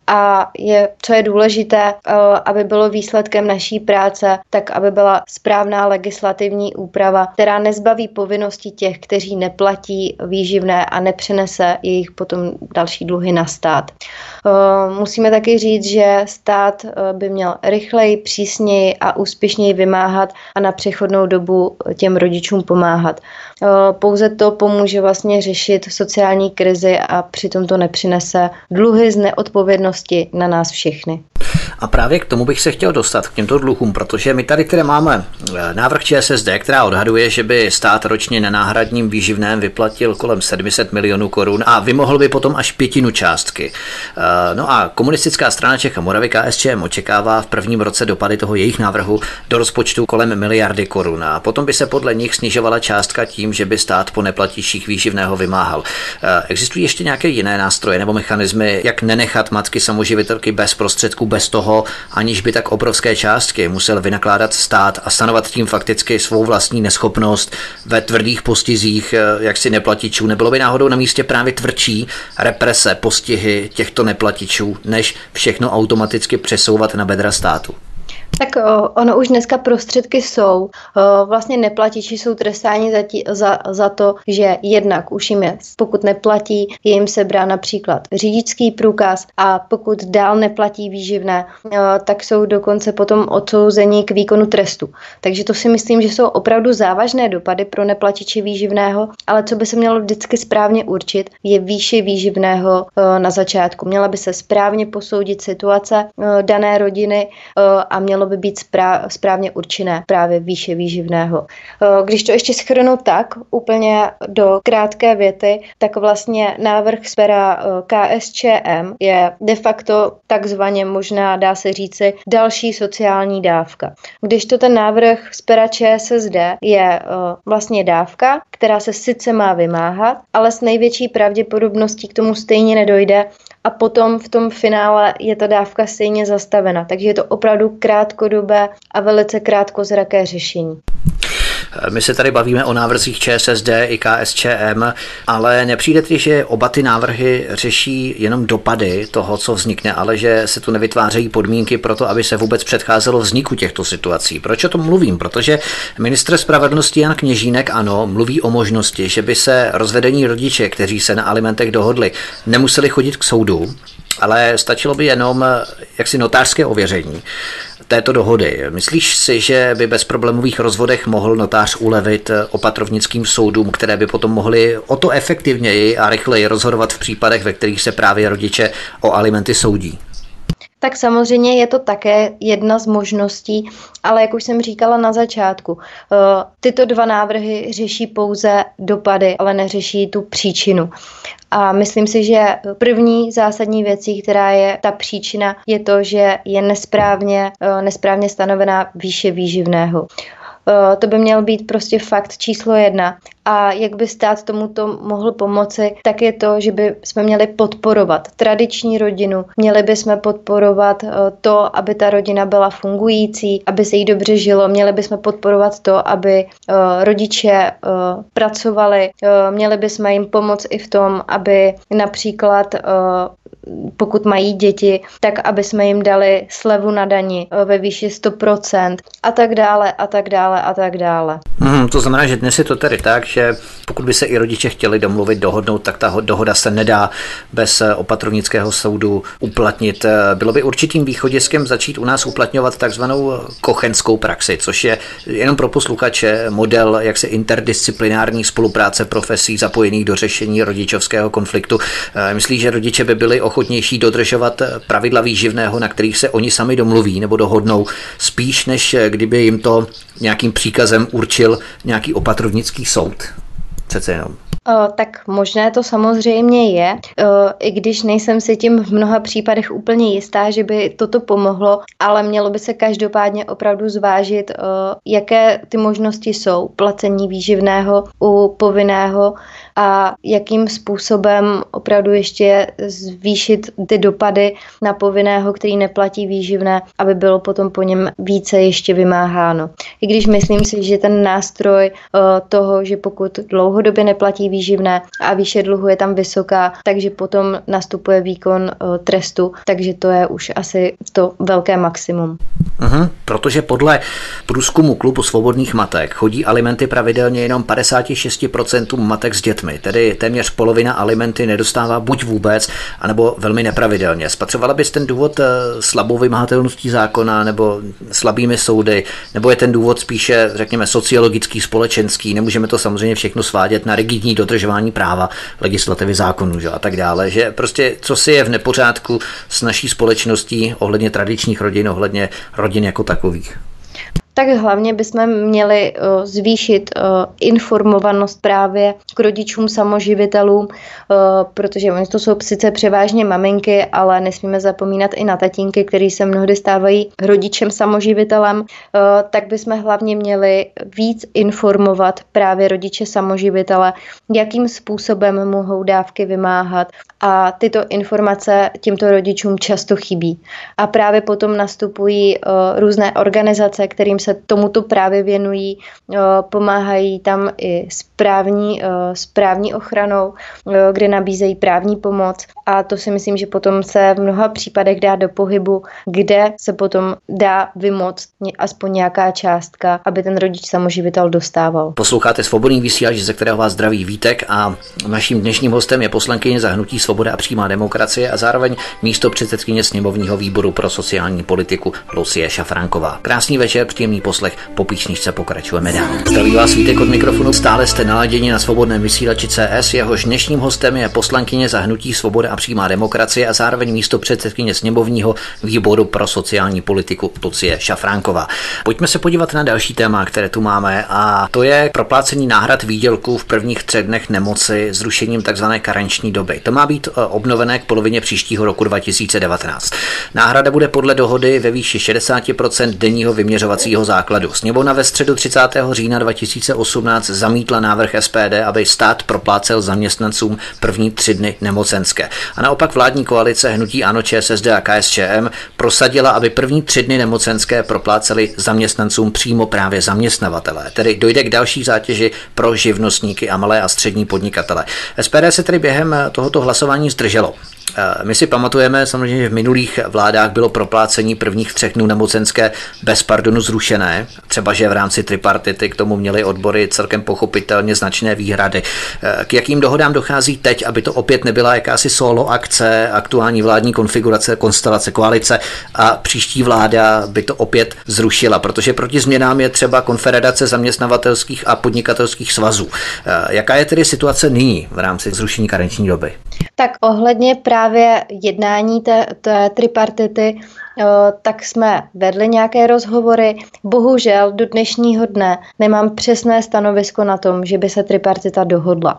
a je, co je důležité, aby bylo výsledkem naší práce, tak aby byla správná legislativní úprava, která nezbaví povinnosti těch, kteří neplatí výživné a nepřenese jejich potom další dluhy na stát. Musíme taky říct, že stát by měl rychleji, přísněji a úspěšněji vymáhat a na přechodnou dobu těm rodičům pomáhat. Pouze to pomůže vlastně řešit sociální krizi a přitom to nepřinese dluhy z neodpovědnosti na nás všechny. A právě k tomu bych se chtěl dostat, k těmto dluhům, protože my tady které máme návrh ČSSD, která odhaduje, že by stát ročně na náhradním výživném vyplatil kolem sedm set milionů korun a vymohl by potom až pětinu částky. No a komunistická strana Čech a Moravy K S Č M očekává v prvním roce dopady toho jejich návrhu do rozpočtu kolem miliardy korun a potom by se podle nich snižovala částka tím, že by stát po neplatících výživného vymáhal. Existují ještě nějaké jiné nástroje nebo mechanismy, jak nenechat matky samoživitelky bez prostředků, bez toho, aniž by tak obrovské částky musel vynakládat stát a stanovat tím fakticky svou vlastní neschopnost ve tvrdých postizích jaksi neplatičů? Nebylo by náhodou na místě právě tvrdší represe, postihy těchto neplatičů, než všechno automaticky přesouvat na bedra státu? Tak ono už dneska prostředky jsou. Vlastně neplatiči jsou trestáni za, tí, za, za to, že jednak už jim je, pokud neplatí, je jim sebrán například řidičský průkaz a pokud dál neplatí výživné, tak jsou dokonce potom odsouzeni k výkonu trestu. Takže to si myslím, že jsou opravdu závažné dopady pro neplatiče výživného, ale co by se mělo vždycky správně určit, je výše výživného na začátku. Měla by se správně posoudit situace dané rodiny a mělo by být správně určené právě výše výživného. Když to ještě shrnu tak, úplně do krátké věty, tak vlastně návrh z pera K S Č M je de facto takzvaně, možná dá se říci, další sociální dávka. Když to ten návrh z pera Č S S D je vlastně dávka, která se sice má vymáhat, ale s největší pravděpodobností k tomu stejně nedojde, a potom v tom finále je ta dávka stejně zastavena. Takže je to opravdu krátkodobé a velice krátkozraké řešení. My se tady bavíme o návrzích Č S S D i K S Č M, ale nepřijde ti, že oba ty návrhy řeší jenom dopady toho, co vznikne, ale že se tu nevytvářejí podmínky pro to, aby se vůbec předcházelo vzniku těchto situací. Proč o tom mluvím? Protože ministr spravedlnosti Jan Kněžínek, ano, mluví o možnosti, že by se rozvedení rodiče, kteří se na alimentech dohodli, nemuseli chodit k soudu, ale stačilo by jenom jaksi notářské ověření této dohody. Myslíš si, že by bez problémových rozvodech mohl notář ulevit opatrovnickým soudům, které by potom mohly o to efektivněji a rychleji rozhodovat v případech, ve kterých se právě rodiče o alimenty soudí? Tak samozřejmě je to také jedna z možností, ale jak už jsem říkala na začátku, tyto dva návrhy řeší pouze dopady, ale neřeší tu příčinu. A myslím si, že první zásadní věcí, která je ta příčina, je to, že je nesprávně, nesprávně stanovená výše výživného. To by měl být prostě fakt číslo jedna. A jak by stát tomuto mohl pomoci, tak je to, že by jsme měli podporovat tradiční rodinu. Měli bychom podporovat to, aby ta rodina byla fungující, aby se jí dobře žilo. Měli bychom podporovat to, aby rodiče pracovali. Měli bychom jim pomoct i v tom, aby například pokud mají děti, tak aby jsme jim dali slevu na dani ve výši sto procent a tak dále a tak dále a tak dále. Hmm, to znamená, že dnes je to tedy tak, že pokud by se i rodiče chtěli domluvit, dohodnout, tak ta dohoda se nedá bez opatrovnického soudu uplatnit. Bylo by určitým východiskem začít u nás uplatňovat takzvanou kochenskou praxi, což je jenom pro posluchače model jaksi interdisciplinární spolupráce profesí zapojených do řešení rodičovského konfliktu. Myslíš, že rodiče by byli ochotnější dodržovat pravidla výživného, na kterých se oni sami domluví nebo dohodnou, spíš než kdyby jim to nějakým příkazem určil nějaký opatrovnický soud? Přece jenom. O, tak možné to samozřejmě je, o, i když nejsem si tím v mnoha případech úplně jistá, že by toto pomohlo, ale mělo by se každopádně opravdu zvážit, o, jaké ty možnosti jsou placení výživného u povinného a jakým způsobem opravdu ještě zvýšit ty dopady na povinného, který neplatí výživné, aby bylo potom po něm více ještě vymáháno. I když myslím si, že ten nástroj toho, že pokud dlouhodobě neplatí výživné a výše dluhu je tam vysoká, takže potom nastupuje výkon trestu, takže to je už asi to velké maximum. Uhum, protože podle průzkumu Klubu svobodných matek chodí alimenty pravidelně jenom padesát šest procent matek s dětmi, tedy téměř polovina alimenty nedostává buď vůbec, anebo velmi nepravidelně. Spatřovala bys ten důvod slabou vymahatelností zákona nebo slabými soudy, nebo je ten důvod spíše, řekněme, sociologický, společenský? Nemůžeme to samozřejmě všechno svádět na rigidní dodržování práva, legislativy zákonů, že, a tak dále, že prostě co si je v nepořádku s naší společností ohledně tradičních rodin, ohledně rodin jako takových. Tak hlavně bychom měli uh, zvýšit uh, informovanost právě k rodičům samoživitelům, uh, protože oni to jsou sice převážně maminky, ale nesmíme zapomínat i na tatínky, který se mnohdy stávají rodičem samoživitelem, uh, tak bychom hlavně měli víc informovat právě rodiče samoživitele, jakým způsobem mohou dávky vymáhat, a tyto informace těmto rodičům často chybí. A právě potom nastupují uh, různé organizace, kterým se tomuto právě věnují, pomáhají tam i správní, správní ochranou, kde nabízejí právní pomoc, a to si myslím, že potom se v mnoha případech dá do pohybu, kde se potom dá vymoct aspoň nějaká částka, aby ten rodič samoživitel dostával. Posloucháte Svobodný vysílač, ze kterého vás zdraví Vítek, a naším dnešním hostem je poslankyně za hnutí Svoboda a přímá demokracie a zároveň místopředsedkyně sněmovního výboru pro sociální politiku Lucie Šafránková. Krásný večer, příjemný poslech, po písničce pokračujeme dál. Zdraví vás Vítek od mikrofonu, stále jste naladěni na Svobodném vysílači C S, jehož dnešním hostem je poslankyně za hnutí Svoboda a přímá demokracie a zároveň místopředsedkyně sněmovního výboru pro sociální politiku Lucie Šafránková. Pojďme se podívat na další téma, které tu máme, a to je proplácení náhrad výdělků v prvních třech dnech nemoci zrušením takzvané karenční doby. To má být obnovené k polovině příštího roku dva tisíce devatenáct. Náhrada bude podle dohody ve výši šedesát procent denního vyměřovacího základu. Sněmovna ve středu třicátého října dva tisíce osmnáct zamítla návrh S P D, aby stát proplácel zaměstnancům první tři dny nemocenské. A naopak vládní koalice hnutí ANO, Č S S D a K S Č M prosadila, aby první tři dny nemocenské propláceli zaměstnancům přímo právě zaměstnavatelé. Tedy dojde k další zátěži pro živnostníky a malé a střední podnikatele. S P D se tedy během tohoto hlasování zdrželo. My si pamatujeme, samozřejmě, že v minulých vládách bylo proplácení prvních třech dnů nemocenské bez pardonu zrušené. Třeba, že v rámci tripartity k tomu měly odbory celkem pochopitelně značné výhrady. K jakým dohodám dochází teď, aby to opět nebyla jakási solo akce, aktuální vládní konfigurace, konstelace, koalice, a příští vláda by to opět zrušila, protože proti změnám je třeba Konfederace zaměstnavatelských a podnikatelských svazů. Jaká je tedy situace nyní v rámci zrušení karenční doby? Tak ohledně právě jednání té, té tripartity, tak jsme vedli nějaké rozhovory. Bohužel do dnešního dne nemám přesné stanovisko na tom, že by se tripartita dohodla.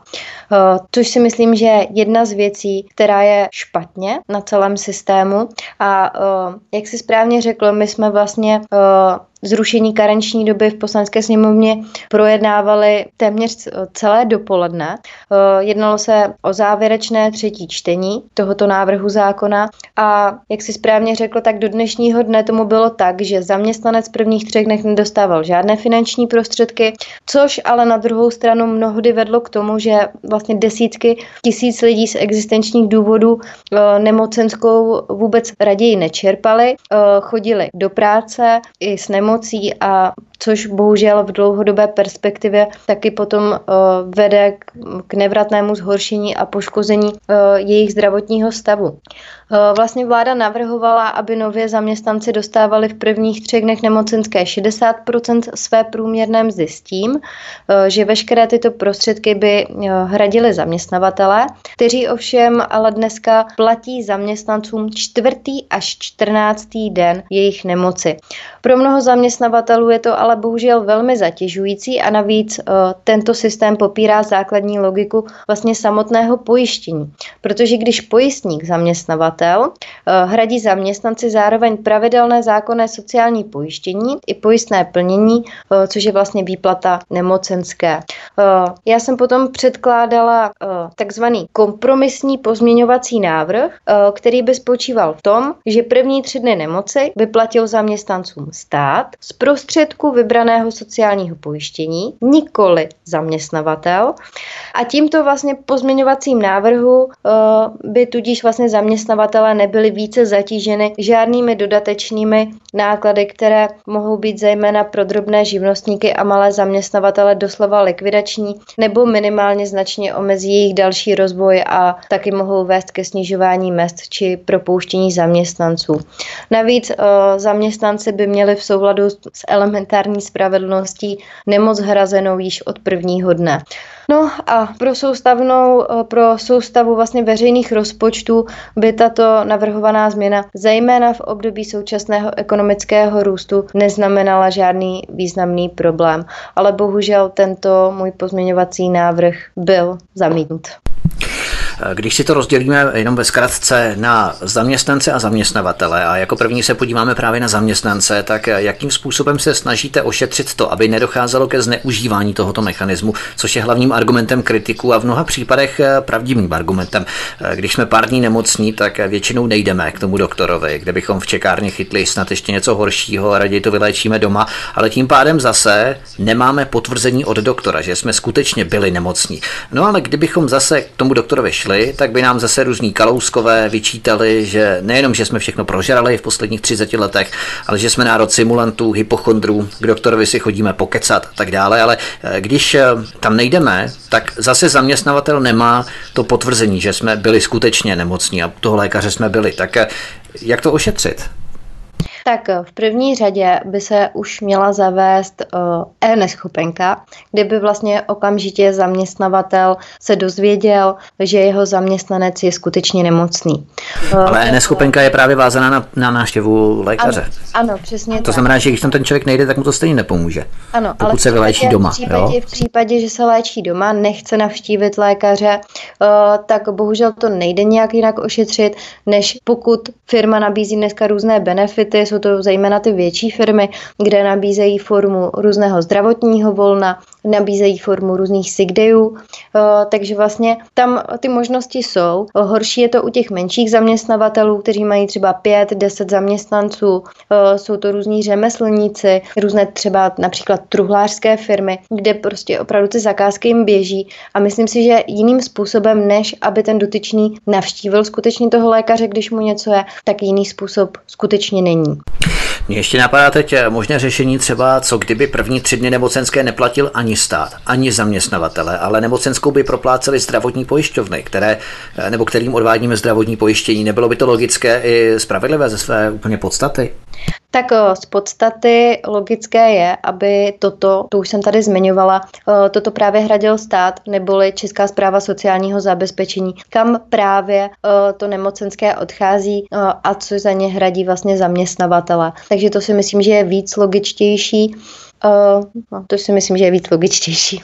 Což si myslím, že je jedna z věcí, která je špatně na celém systému. A jak si správně řekl, my jsme vlastně zrušení karenční doby v Poslanecké sněmovně projednávali téměř celé dopoledne. Jednalo se o závěrečné třetí čtení tohoto návrhu zákona a jak si správně řekl, tak do dnešního dne tomu bylo tak, že zaměstnanec v prvních třech dnech nedostával žádné finanční prostředky, což ale na druhou stranu mnohdy vedlo k tomu, že vlastně desítky tisíc lidí z existenčních důvodů nemocenskou vůbec raději nečerpali, chodili do práce i s nemocí, a což bohužel v dlouhodobé perspektivě taky potom uh, vede k, k nevratnému zhoršení a poškození uh, jejich zdravotního stavu. Uh, vlastně vláda navrhovala, aby nově zaměstnanci dostávali v prvních třech dnech nemocenské šedesát procent své průměrné mzdy s tím, uh, že veškeré tyto prostředky by uh, hradili zaměstnavatelé, kteří ovšem ale dneska platí zaměstnancům čtvrtý až čtrnáctý den jejich nemoci. Pro mnoho zaměstnavatelů je to ale ale bohužel velmi zatěžující a navíc tento systém popírá základní logiku vlastně samotného pojištění. Protože když pojistník zaměstnavatel hradí zaměstnanci zároveň pravidelné zákonné sociální pojištění i pojistné plnění, což je vlastně výplata nemocenské. Já jsem potom předkládala takzvaný kompromisní pozměňovací návrh, který by spočíval v tom, že první tři dny nemoci by platil zaměstnancům stát z prostředku vybraného sociálního pojištění, nikoli zaměstnavatel. A tímto vlastně pozměňovacím návrhu by tudíž vlastně zaměstnavatelé nebyli více zatíženy žádnými dodatečnými náklady, které mohou být zejména pro drobné živnostníky a malé zaměstnavatele doslova likvidační nebo minimálně značně omezí jejich další rozvoj a taky mohou vést ke snižování mezd či propouštění zaměstnanců. Navíc e, zaměstnanci by měli v souladu s elementární spravedlností nemoc hrazenou již od prvního dne. No a pro soustavnou, pro soustavu vlastně veřejných rozpočtů by tato navrhovaná změna zejména v období současného ekonomického růstu neznamenala žádný významný problém. Ale bohužel tento můj pozměňovací návrh byl zamítnut. Když si to rozdělíme jenom ve zkratce na zaměstnance a zaměstnavatele a jako první se podíváme právě na zaměstnance, tak jakým způsobem se snažíte ošetřit to, aby nedocházelo ke zneužívání tohoto mechanismu, což je hlavním argumentem kritiků a v mnoha případech pravdivým argumentem. Když jsme pár dní nemocní, tak většinou nejdeme k tomu doktorovi, kde bychom v čekárně chytli snad ještě něco horšího a raději to vyléčíme doma, ale tím pádem zase nemáme potvrzení od doktora, že jsme skutečně byli nemocní. No ale kdybychom zase k tomu doktorovi šli, tak by nám zase různí Kalouskové vyčítali, že nejenom, že jsme všechno prožrali v posledních třiceti letech, ale že jsme národ simulantů, hypochondrů, k doktorovi si chodíme pokecat a tak dále, ale když tam nejdeme, tak zase zaměstnavatel nemá to potvrzení, že jsme byli skutečně nemocní a toho lékaře jsme byli. Tak jak to ošetřit? Tak v první řadě by se už měla zavést e-neschopenka, kde by vlastně okamžitě zaměstnavatel se dozvěděl, že jeho zaměstnanec je skutečně nemocný. Ale e-neschopenka je právě vázaná na, na návštěvu lékaře. Ano, ano, přesně. To tak. znamená, že když tam ten člověk nejde, tak mu to stejně nepomůže. Ano, pokud ale se vyléčí doma. V případě, v případě, že se léčí doma, nechce navštívit lékaře, tak bohužel to nejde nějak jinak ošetřit, než pokud firma nabízí dneska různé benefity, jsou to zejména ty větší firmy, kde nabízejí formu různého zdravotního volna, nabízejí formu různých sick dayů, takže vlastně tam ty možnosti jsou. Horší je to u těch menších zaměstnavatelů, kteří mají třeba pět, deset zaměstnanců, jsou to různí řemeslníci, různé třeba například truhlářské firmy, kde prostě opravdu ty zakázky jim běží a myslím si, že jiným způsobem, než aby ten dotyčný navštívil skutečně toho lékaře, když mu něco je, tak jiný způsob skutečně není. Mně ještě napadá teď možné řešení třeba, co kdyby první tři dny nemocenské neplatil ani stát, ani zaměstnavatele, ale nemocenskou by propláceli zdravotní pojišťovny, které, nebo kterým odvádíme zdravotní pojištění. Nebylo by to logické i spravedlivé ze své úplně podstaty? Tak z podstaty logické je, aby toto, to už jsem tady zmiňovala, toto právě hradil stát, neboli Česká správa sociálního zabezpečení, kam právě to nemocenské odchází a co za ně hradí vlastně zaměstnavatele. Takže to si myslím, že je víc logičtější. No, to si myslím, že je víc logičtější.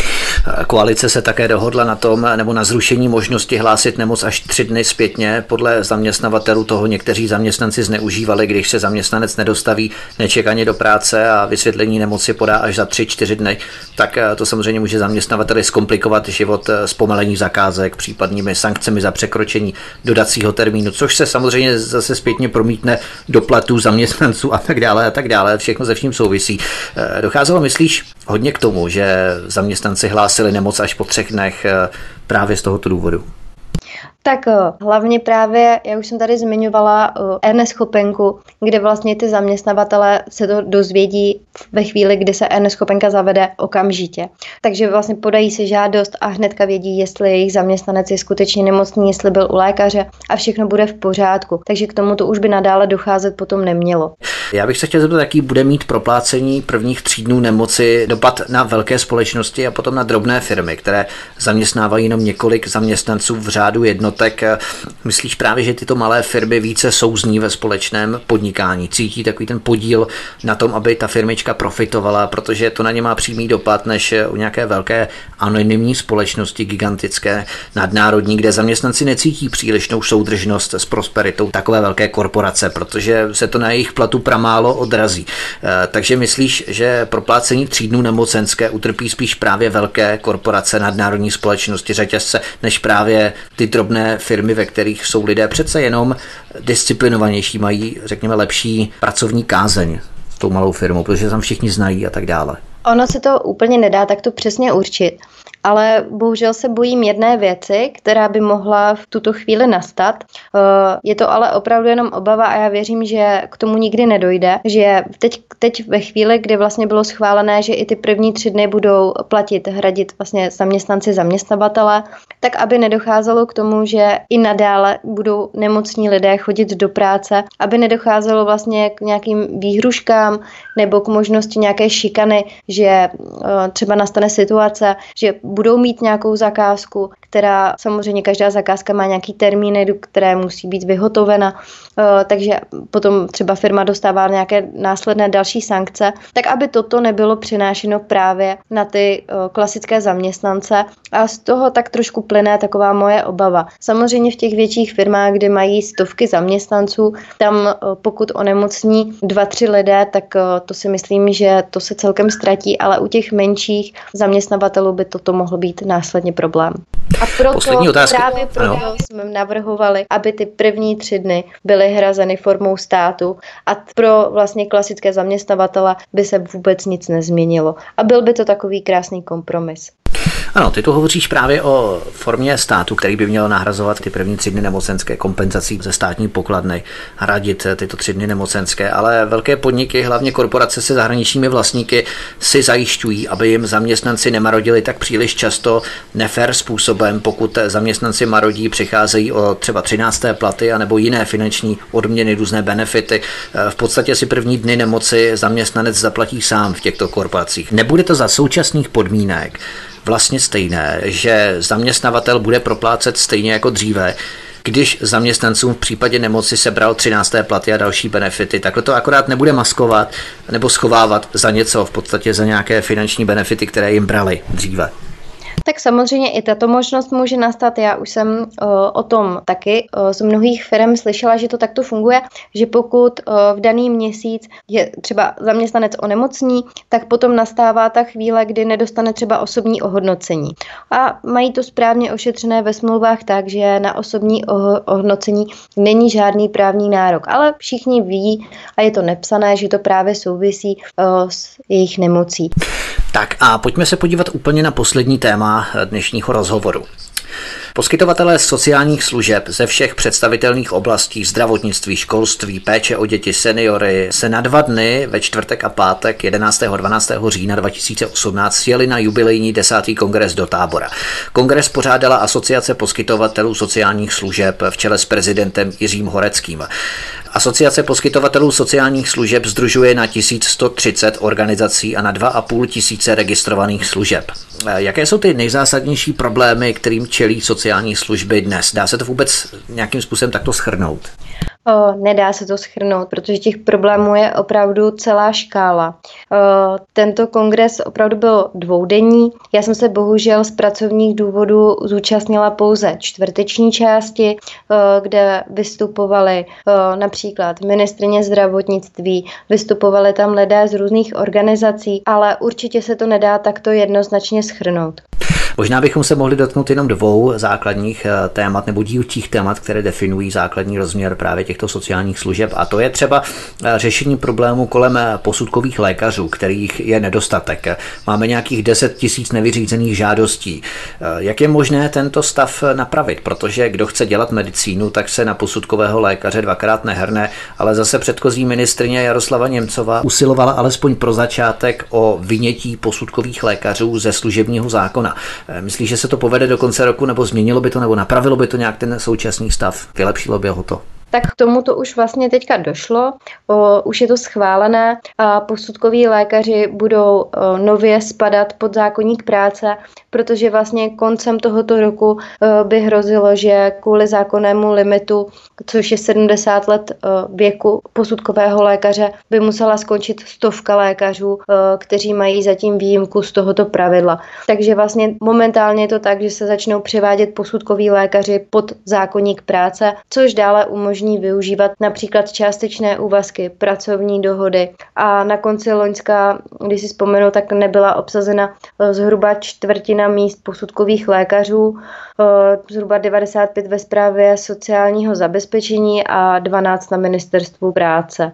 Koalice se také dohodla na tom, nebo na zrušení možnosti hlásit nemoc až tři dny zpětně. Podle zaměstnavatelů toho někteří zaměstnanci zneužívali, když se zaměstnanec nedostaví nečekaně do práce a vysvětlení nemoci podá až za tři, čtyři dny, tak to samozřejmě může zaměstnavateli zkomplikovat život zpomalení zakázek, případnými sankcemi za překročení dodacího termínu, což se samozřejmě zase zpětně promítne do platů zaměstnanců a tak dále a tak dále. Všechno se vším souvisí. Docházelo, myslíš, hodně k tomu, že zaměstnanci hlásili nemoc až po třech dnech právě z tohoto důvodu? Tak hlavně právě, já už jsem tady zmiňovala e-neschopenku, kde vlastně ty zaměstnavatele se to dozvědí ve chvíli, kdy se e-neschopenka zavede okamžitě. Takže vlastně podají si žádost a hnedka vědí, jestli jejich zaměstnanec je skutečně nemocný, jestli byl u lékaře a všechno bude v pořádku. Takže k tomu to už by nadále docházet potom nemělo. Já bych se chtěl zeptat, jaký bude mít proplácení prvních tří dnů nemoci dopad na velké společnosti a potom na drobné firmy, které zaměstnávají jenom několik zaměstnanců v řádu jednotek. jednotek. Myslíš právě, že tyto malé firmy více souzní ve společném podnikání, cítí takový ten podíl na tom, aby ta firmička profitovala, protože to na ně má přímý dopad než u nějaké velké anonymní společnosti, gigantické, nadnárodní, kde zaměstnanci necítí přílišnou soudržnost s prosperitou takové velké korporace, protože se to na jejich platu pramálo odrazí. Takže myslíš, že proplácení tří dnů nemocenské utrpí spíš právě velké korporace, nadnárodní společnosti, řetězce, než právě ty drobné firmy, ve kterých jsou lidé přece jenom disciplinovanější, mají, řekněme, lepší pracovní kázeň s tou malou firmou, protože tam všichni znají a tak dále. Ono se to úplně nedá takto přesně určit, ale bohužel se bojím jedné věci, která by mohla v tuto chvíli nastat. Je to ale opravdu jenom obava a já věřím, že k tomu nikdy nedojde, že teď, teď ve chvíli, kdy vlastně bylo schválené, že i ty první tři dny budou platit, hradit vlastně zaměstnanci, zaměstnavatele, tak aby nedocházelo k tomu, že i nadále budou nemocní lidé chodit do práce, aby nedocházelo vlastně k nějakým výhruškám nebo k možnosti nějaké šikany, že třeba nastane situace, že budou mít nějakou zakázku, která samozřejmě každá zakázka má nějaký termíny, do které musí být vyhotovena, takže potom třeba firma dostává nějaké následné další sankce, tak aby toto nebylo přinášeno právě na ty klasické zaměstnance a z toho tak trošku plyne taková moje obava. Samozřejmě v těch větších firmách, kde mají stovky zaměstnanců, tam pokud onemocní dva, tři lidé, tak to si myslím, že to se celkem ztratí, ale u těch menších zaměstnavatelů by toto mohl být následně problém. A proto právě proto ano. jsme navrhovali, aby ty první tři dny byly hrazeny formou státu a pro vlastně klasické zaměstnavatele by se vůbec nic nezměnilo. A byl by to takový krásný kompromis. Ano, ty tu hovoříš právě o formě státu, který by měl nahrazovat ty první tři dny nemocenské kompenzací ze státní pokladny, hradit tyto tři dny nemocenské, ale velké podniky, hlavně korporace se zahraničními vlastníky, si zajišťují, aby jim zaměstnanci nemarodili tak příliš často nefér způsobem, pokud zaměstnanci marodí, přicházejí o třeba třinácté platy anebo jiné finanční odměny, různé benefity. V podstatě si první dny nemoci zaměstnanec zaplatí sám v těchto korporacích. Nebude to za současných podmínek vlastně stejné, že zaměstnavatel bude proplácet stejně jako dříve, když zaměstnancům v případě nemoci sebral třinácté platy a další benefity, takhle to akorát nebude maskovat nebo schovávat za něco, v podstatě za nějaké finanční benefity, které jim brali dříve. Tak samozřejmě i tato možnost může nastat. Já už jsem uh, o tom taky uh, z mnohých firm slyšela, že to takto funguje, že pokud uh, v daný měsíc je třeba zaměstnanec onemocní, tak potom nastává ta chvíle, kdy nedostane třeba osobní ohodnocení. A mají to správně ošetřené ve smlouvách tak, že na osobní oho- ohodnocení není žádný právní nárok. Ale všichni ví, a je to nepsané, že to právě souvisí uh, s jejich nemocí. Tak a pojďme se podívat úplně na poslední téma dnešního rozhovoru. Poskytovatelé sociálních služeb ze všech představitelných oblastí zdravotnictví, školství, péče o děti, seniory se na dva dny ve čtvrtek a pátek jedenáctého a dvanáctého října dva tisíce osmnáct jeli na jubilejní desátý kongres do Tábora. Kongres pořádala Asociace poskytovatelů sociálních služeb v čele s prezidentem Jiřím Horeckým. Asociace poskytovatelů sociálních služeb sdružuje na tisíc sto třicet organizací a na dva a půl tisíce registrovaných služeb. Jaké jsou ty nejzásadnější problémy, kterým čelí sociální služby dnes? Dá se to vůbec nějakým způsobem takto shrnout? O, nedá se to shrnout, protože těch problémů je opravdu celá škála. O, tento kongres opravdu byl dvoudenní. Já jsem se bohužel z pracovních důvodů zúčastnila pouze čtvrteční části, o, kde vystupovali o, například ministryně zdravotnictví, vystupovali tam lidé z různých organizací, ale určitě se to nedá takto jednoznačně shrnout. Možná bychom se mohli dotknout jenom dvou základních témat nebo dílčích témat, které definují základní rozměr právě těchto sociálních služeb, a to je třeba řešení problému kolem posudkových lékařů, kterých je nedostatek. Máme nějakých deset tisíc nevyřízených žádostí. Jak je možné tento stav napravit? Protože kdo chce dělat medicínu, tak se na posudkového lékaře dvakrát nehrne, ale zase předchozí ministryně Jaroslava Němcová usilovala alespoň pro začátek o vynětí posudkových lékařů ze služebního zákona. Myslíš, že se to povede do konce roku, nebo změnilo by to, nebo napravilo by to nějak ten současný stav? Vylepšilo by ho to? Tak k tomu to už vlastně teďka došlo, o, už je to schválené a posudkoví lékaři budou o, nově spadat pod zákoník práce, protože vlastně koncem tohoto roku o, by hrozilo, že kvůli zákonnému limitu, což je sedmdesát let o, věku posudkového lékaře, by musela skončit stovka lékařů, o, kteří mají zatím výjimku z tohoto pravidla. Takže vlastně momentálně je to tak, že se začnou převádět posudkoví lékaři pod zákoník práce, což dále umožní využívat například částečné úvazky, pracovní dohody a na konci loňska, když si vzpomenu, tak nebyla obsazena zhruba čtvrtina míst posudkových lékařů, zhruba devadesát pět ve správě sociálního zabezpečení a dvanáct na ministerstvu práce.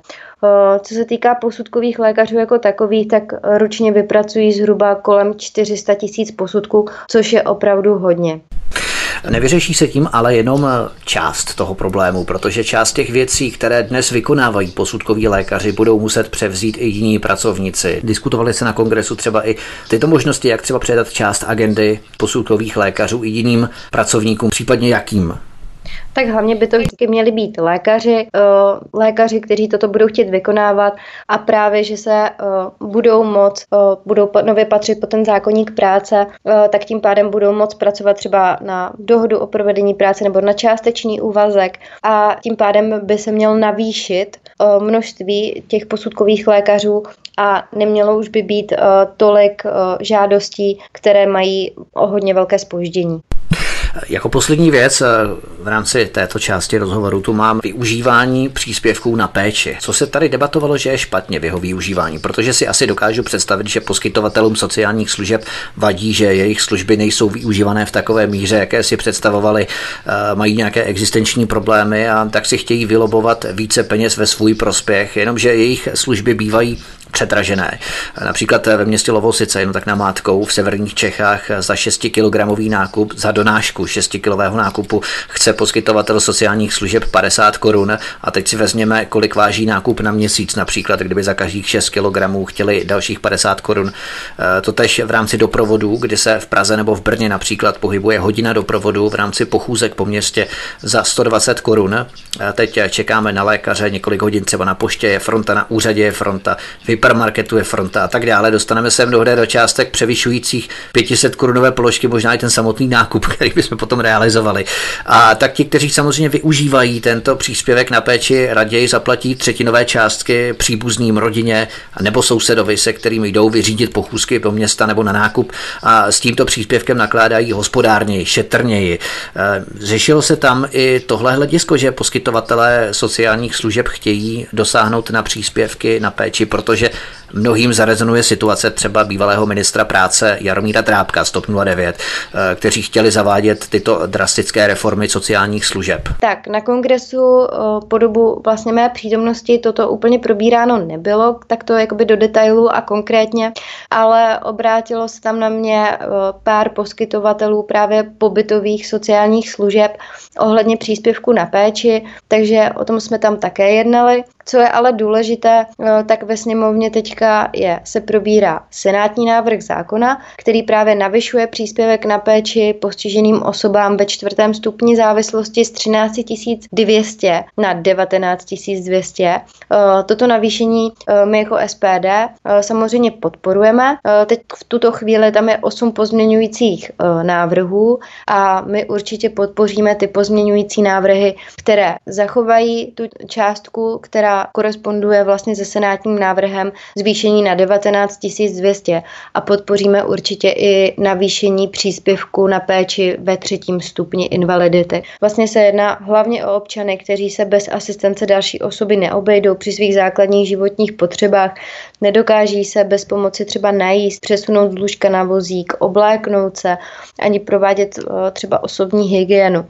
Co se týká posudkových lékařů jako takových, tak ročně vypracují zhruba kolem čtyři sta tisíc posudků, což je opravdu hodně. Nevyřeší se tím ale jenom část toho problému, protože část těch věcí, které dnes vykonávají posudkoví lékaři, budou muset převzít i jiní pracovníci. Diskutovali se na kongresu třeba i tyto možnosti, jak třeba předat část agendy posudkových lékařů i jiným pracovníkům, případně jakým? Tak hlavně by to vždycky měli být lékaři, lékaři, kteří toto budou chtít vykonávat a právě, že se budou moc, budou nově patřit pod ten zákoník práce, tak tím pádem budou moc pracovat třeba na dohodu o provedení práce nebo na částečný úvazek a tím pádem by se měl navýšit množství těch posudkových lékařů a nemělo už by být tolik žádostí, které mají o hodně velké zpoždění. Jako poslední věc v rámci této části rozhovoru tu mám využívání příspěvků na péči. Co se tady debatovalo, že je špatně v jeho využívání, protože si asi dokážu představit, že poskytovatelům sociálních služeb vadí, že jejich služby nejsou využívané v takové míře, jaké si představovali, mají nějaké existenční problémy a tak si chtějí vylobovat více peněz ve svůj prospěch, jenomže jejich služby bývají předražené. Například ve městě Lovosice, jenom tak namátkou, v severních Čechách za šestikilogramový nákup, za donášku šestikilového nákupu chce poskytovatel sociálních služeb padesát korun a teď si vezměme, kolik váží nákup na měsíc, například kdyby za každých šest kilogramů chtěli dalších padesát korun. Totež v rámci doprovodu, kdy se v Praze nebo v Brně například pohybuje hodina doprovodu v rámci pochůzek po městě za sto dvacet korun. Teď čekáme na lékaře několik hodin, třeba na poště je fronta, na úřadě je fronta, v hypermarketu je fronta a tak dále. Dostaneme se mnohde do částek převyšujících pět set korunové položky, možná i ten samotný nákup, který bychom potom realizovali. A tak ti, kteří samozřejmě využívají tento příspěvek na péči, raději zaplatí třetinové částky příbuzným, rodině nebo sousedovi, se kterými jdou vyřídit pochůzky do města nebo na nákup a s tímto příspěvkem nakládají hospodárněji, šetrněji. Řešilo se tam i tohle hledisko, že poskytovatelé sociálních služeb chtějí dosáhnout na příspěvky na péči, protože mnohým zarezonuje situace třeba bývalého ministra práce Jaromíra Drábka z TOP nula devět, kteří chtěli zavádět tyto drastické reformy sociálních služeb. Tak na kongresu po dobu vlastně mé přítomnosti toto úplně probíráno nebylo, tak to jakoby do detailu a konkrétně, ale obrátilo se tam na mě pár poskytovatelů právě pobytových sociálních služeb ohledně příspěvku na péči, takže o tom jsme tam také jednali. Co je ale důležité, tak ve sněmovně teďka je, se probírá senátní návrh zákona, který právě navyšuje příspěvek na péči postiženým osobám ve čtvrtém stupni závislosti z třináct tisíc dvě stě na devatenáct tisíc dvě stě. Toto navýšení my jako S P D samozřejmě podporujeme. Teď v tuto chvíli tam je osm pozměňujících návrhů a my určitě podpoříme ty pozměňující návrhy, které zachovají tu částku, která koresponduje vlastně se senátním návrhem zvýšení na devatenáct tisíc dvě stě a podpoříme určitě i navýšení příspěvku na péči ve třetím stupni invalidity. Vlastně se jedná hlavně o občany, kteří se bez asistence další osoby neobejdou při svých základních životních potřebách, nedokáží se bez pomoci třeba najíst, přesunout z lůžka na vozík, obléknout se, ani provádět třeba osobní hygienu.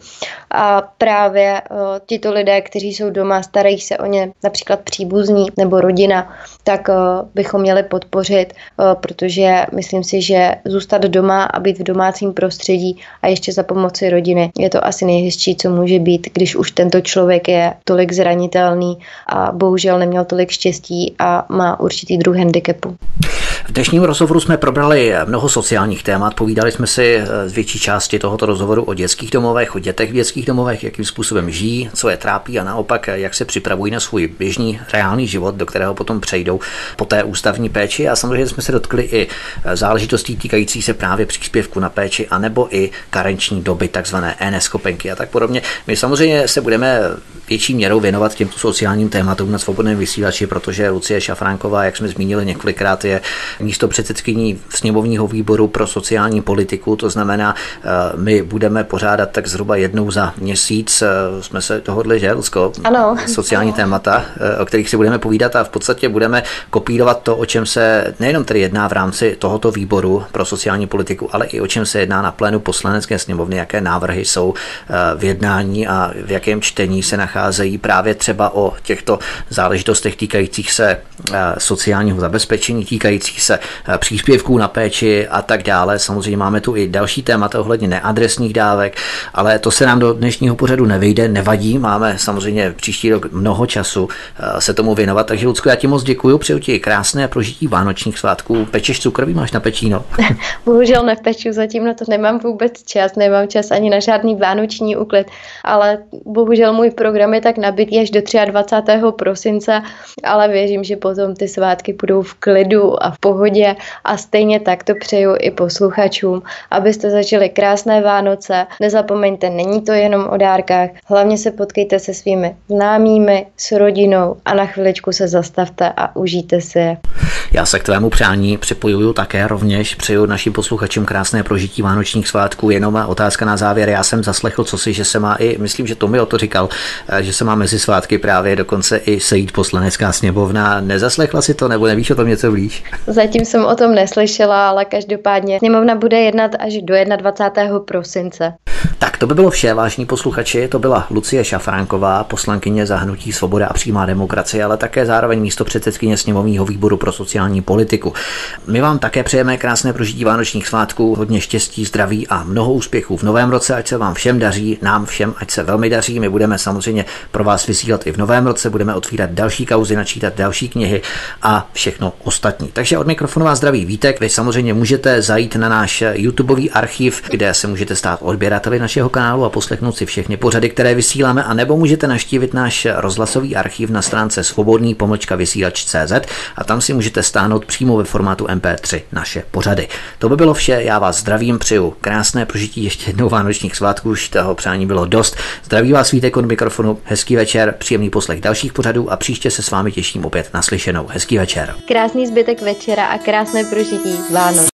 A právě tito lidé, kteří jsou doma, starají se o ně například příbuzní nebo rodina, tak bychom měli podpořit, protože myslím si, že zůstat doma a být v domácím prostředí a ještě za pomoci rodiny je to asi nejhezčí, co může být, když už tento člověk je tolik zranitelný a bohužel neměl tolik štěstí a má určitý druh handicapu. V dnešním rozhovoru jsme probrali mnoho sociálních témat, povídali jsme si z větší části tohoto rozhovoru o dětských domovech, o dětech v dětských domovech, jakým způsobem žijí, co je trápí a naopak, jak se připravují na svůj běžný reálný život, do kterého potom přejdou po té ústavní péči. A samozřejmě jsme se dotkli i záležitostí týkající se právě příspěvku na péči anebo i karenční doby, takzvané eNeschopenky a tak podobně. My samozřejmě se budeme větší měrou věnovat těmto sociálním tématům na Svobodném vysílači, protože Lucie Šafránková, jak jsme zmínili několikrát, je místopředsedkyní sněmovního výboru pro sociální politiku, to znamená, my budeme pořádat tak zhruba jednou za měsíc, jsme se dohodli, že, Lucko? Ano. Sociální témata, o kterých si budeme povídat a v podstatě budeme kopírovat to, o čem se nejenom tedy jedná v rámci tohoto výboru pro sociální politiku, ale i o čem se jedná na plénu Poslanecké sněmovny, jaké návrhy jsou v jednání a v jakém čtení se nacházejí právě třeba o těchto záležitostech týkajících se sociálního zabezpečení, týkajících se příspěvků na péči a tak dále. Samozřejmě máme tu i další témata ohledně neadresních dávek, ale to se nám do dnešního pořadu nevejde, nevadí, máme samozřejmě příští rok mnoho času se tomu věnovat, takže Lucko, já ti moc děkuju, přeju ti krásné prožití vánočních svátků. Pečeš cukroví, máš na pečíno? Bohužel nepeču, zatím na to nemám vůbec čas, nemám čas ani na žádný vánoční úklid, ale bohužel můj program je tak nabitý až do dvacátého třetího prosince, ale věřím, že potom ty svátky budou v klidu a v pohodě a stejně tak to přeju i posluchačům, abyste zažili krásné Vánoce. Nezapomeňte, není to jenom o dárkách, hlavně se potkejte se svými známými, s rodinou a na chviličku se zastavte a užijte si je. Já se k tvému přání připojuju také rovněž, přeju našim posluchačům krásné prožití vánočních svátků. Jenom otázka na závěr, já jsem zaslechl cosi, že se má i, myslím, že Tomio to říkal, že se má mezi svátky právě dokonce i sejít Poslanecká sněmovna. Nezaslechla si to, nebo nevíš o tom něco blíž? Zatím jsem o tom neslyšela, ale každopádně sněmovna bude jednat až do dvacátého prvního prosince. Tak to by bylo vše, vážní posluchači, to byla Lucie Šafránková, poslankyně za hnutí Svoboda a přímá demokracie, ale také zároveň místopředsedkyně sněmovního výboru pro sociální politiku. My vám také přejeme krásné prožití vánočních svátků, hodně štěstí, zdraví a mnoho úspěchů v novém roce, ať se vám všem daří, nám všem, ať se velmi daří. My budeme samozřejmě pro vás vysílat i v novém roce, budeme otvírat další kauzy, načítat další knihy a všechno ostatní. Takže od mikrofonu vás zdraví Vítek, vy samozřejmě můžete zajít na náš YouTubeový archiv, kde se můžete stát odběrateli našeho kanálu a poslechnout si všechny pořady, které vysíláme, a nebo můžete navštívit náš rozhlasový archiv na stránce svobodný pomlčka vysílač tečka cé zet a tam si můžete stáhnout přímo ve formátu em pé tři naše pořady. To by bylo vše, já vás zdravím, přeju krásné prožití ještě jednou vánočních svátků, už toho přání bylo dost. Zdraví vás Vítek od mikrofonu, hezký večer, příjemný poslech dalších pořadů a příště se s vámi těším opět naslyšenou. Hezký večer. Krásný zbytek večera a krásné prožití Vánoc.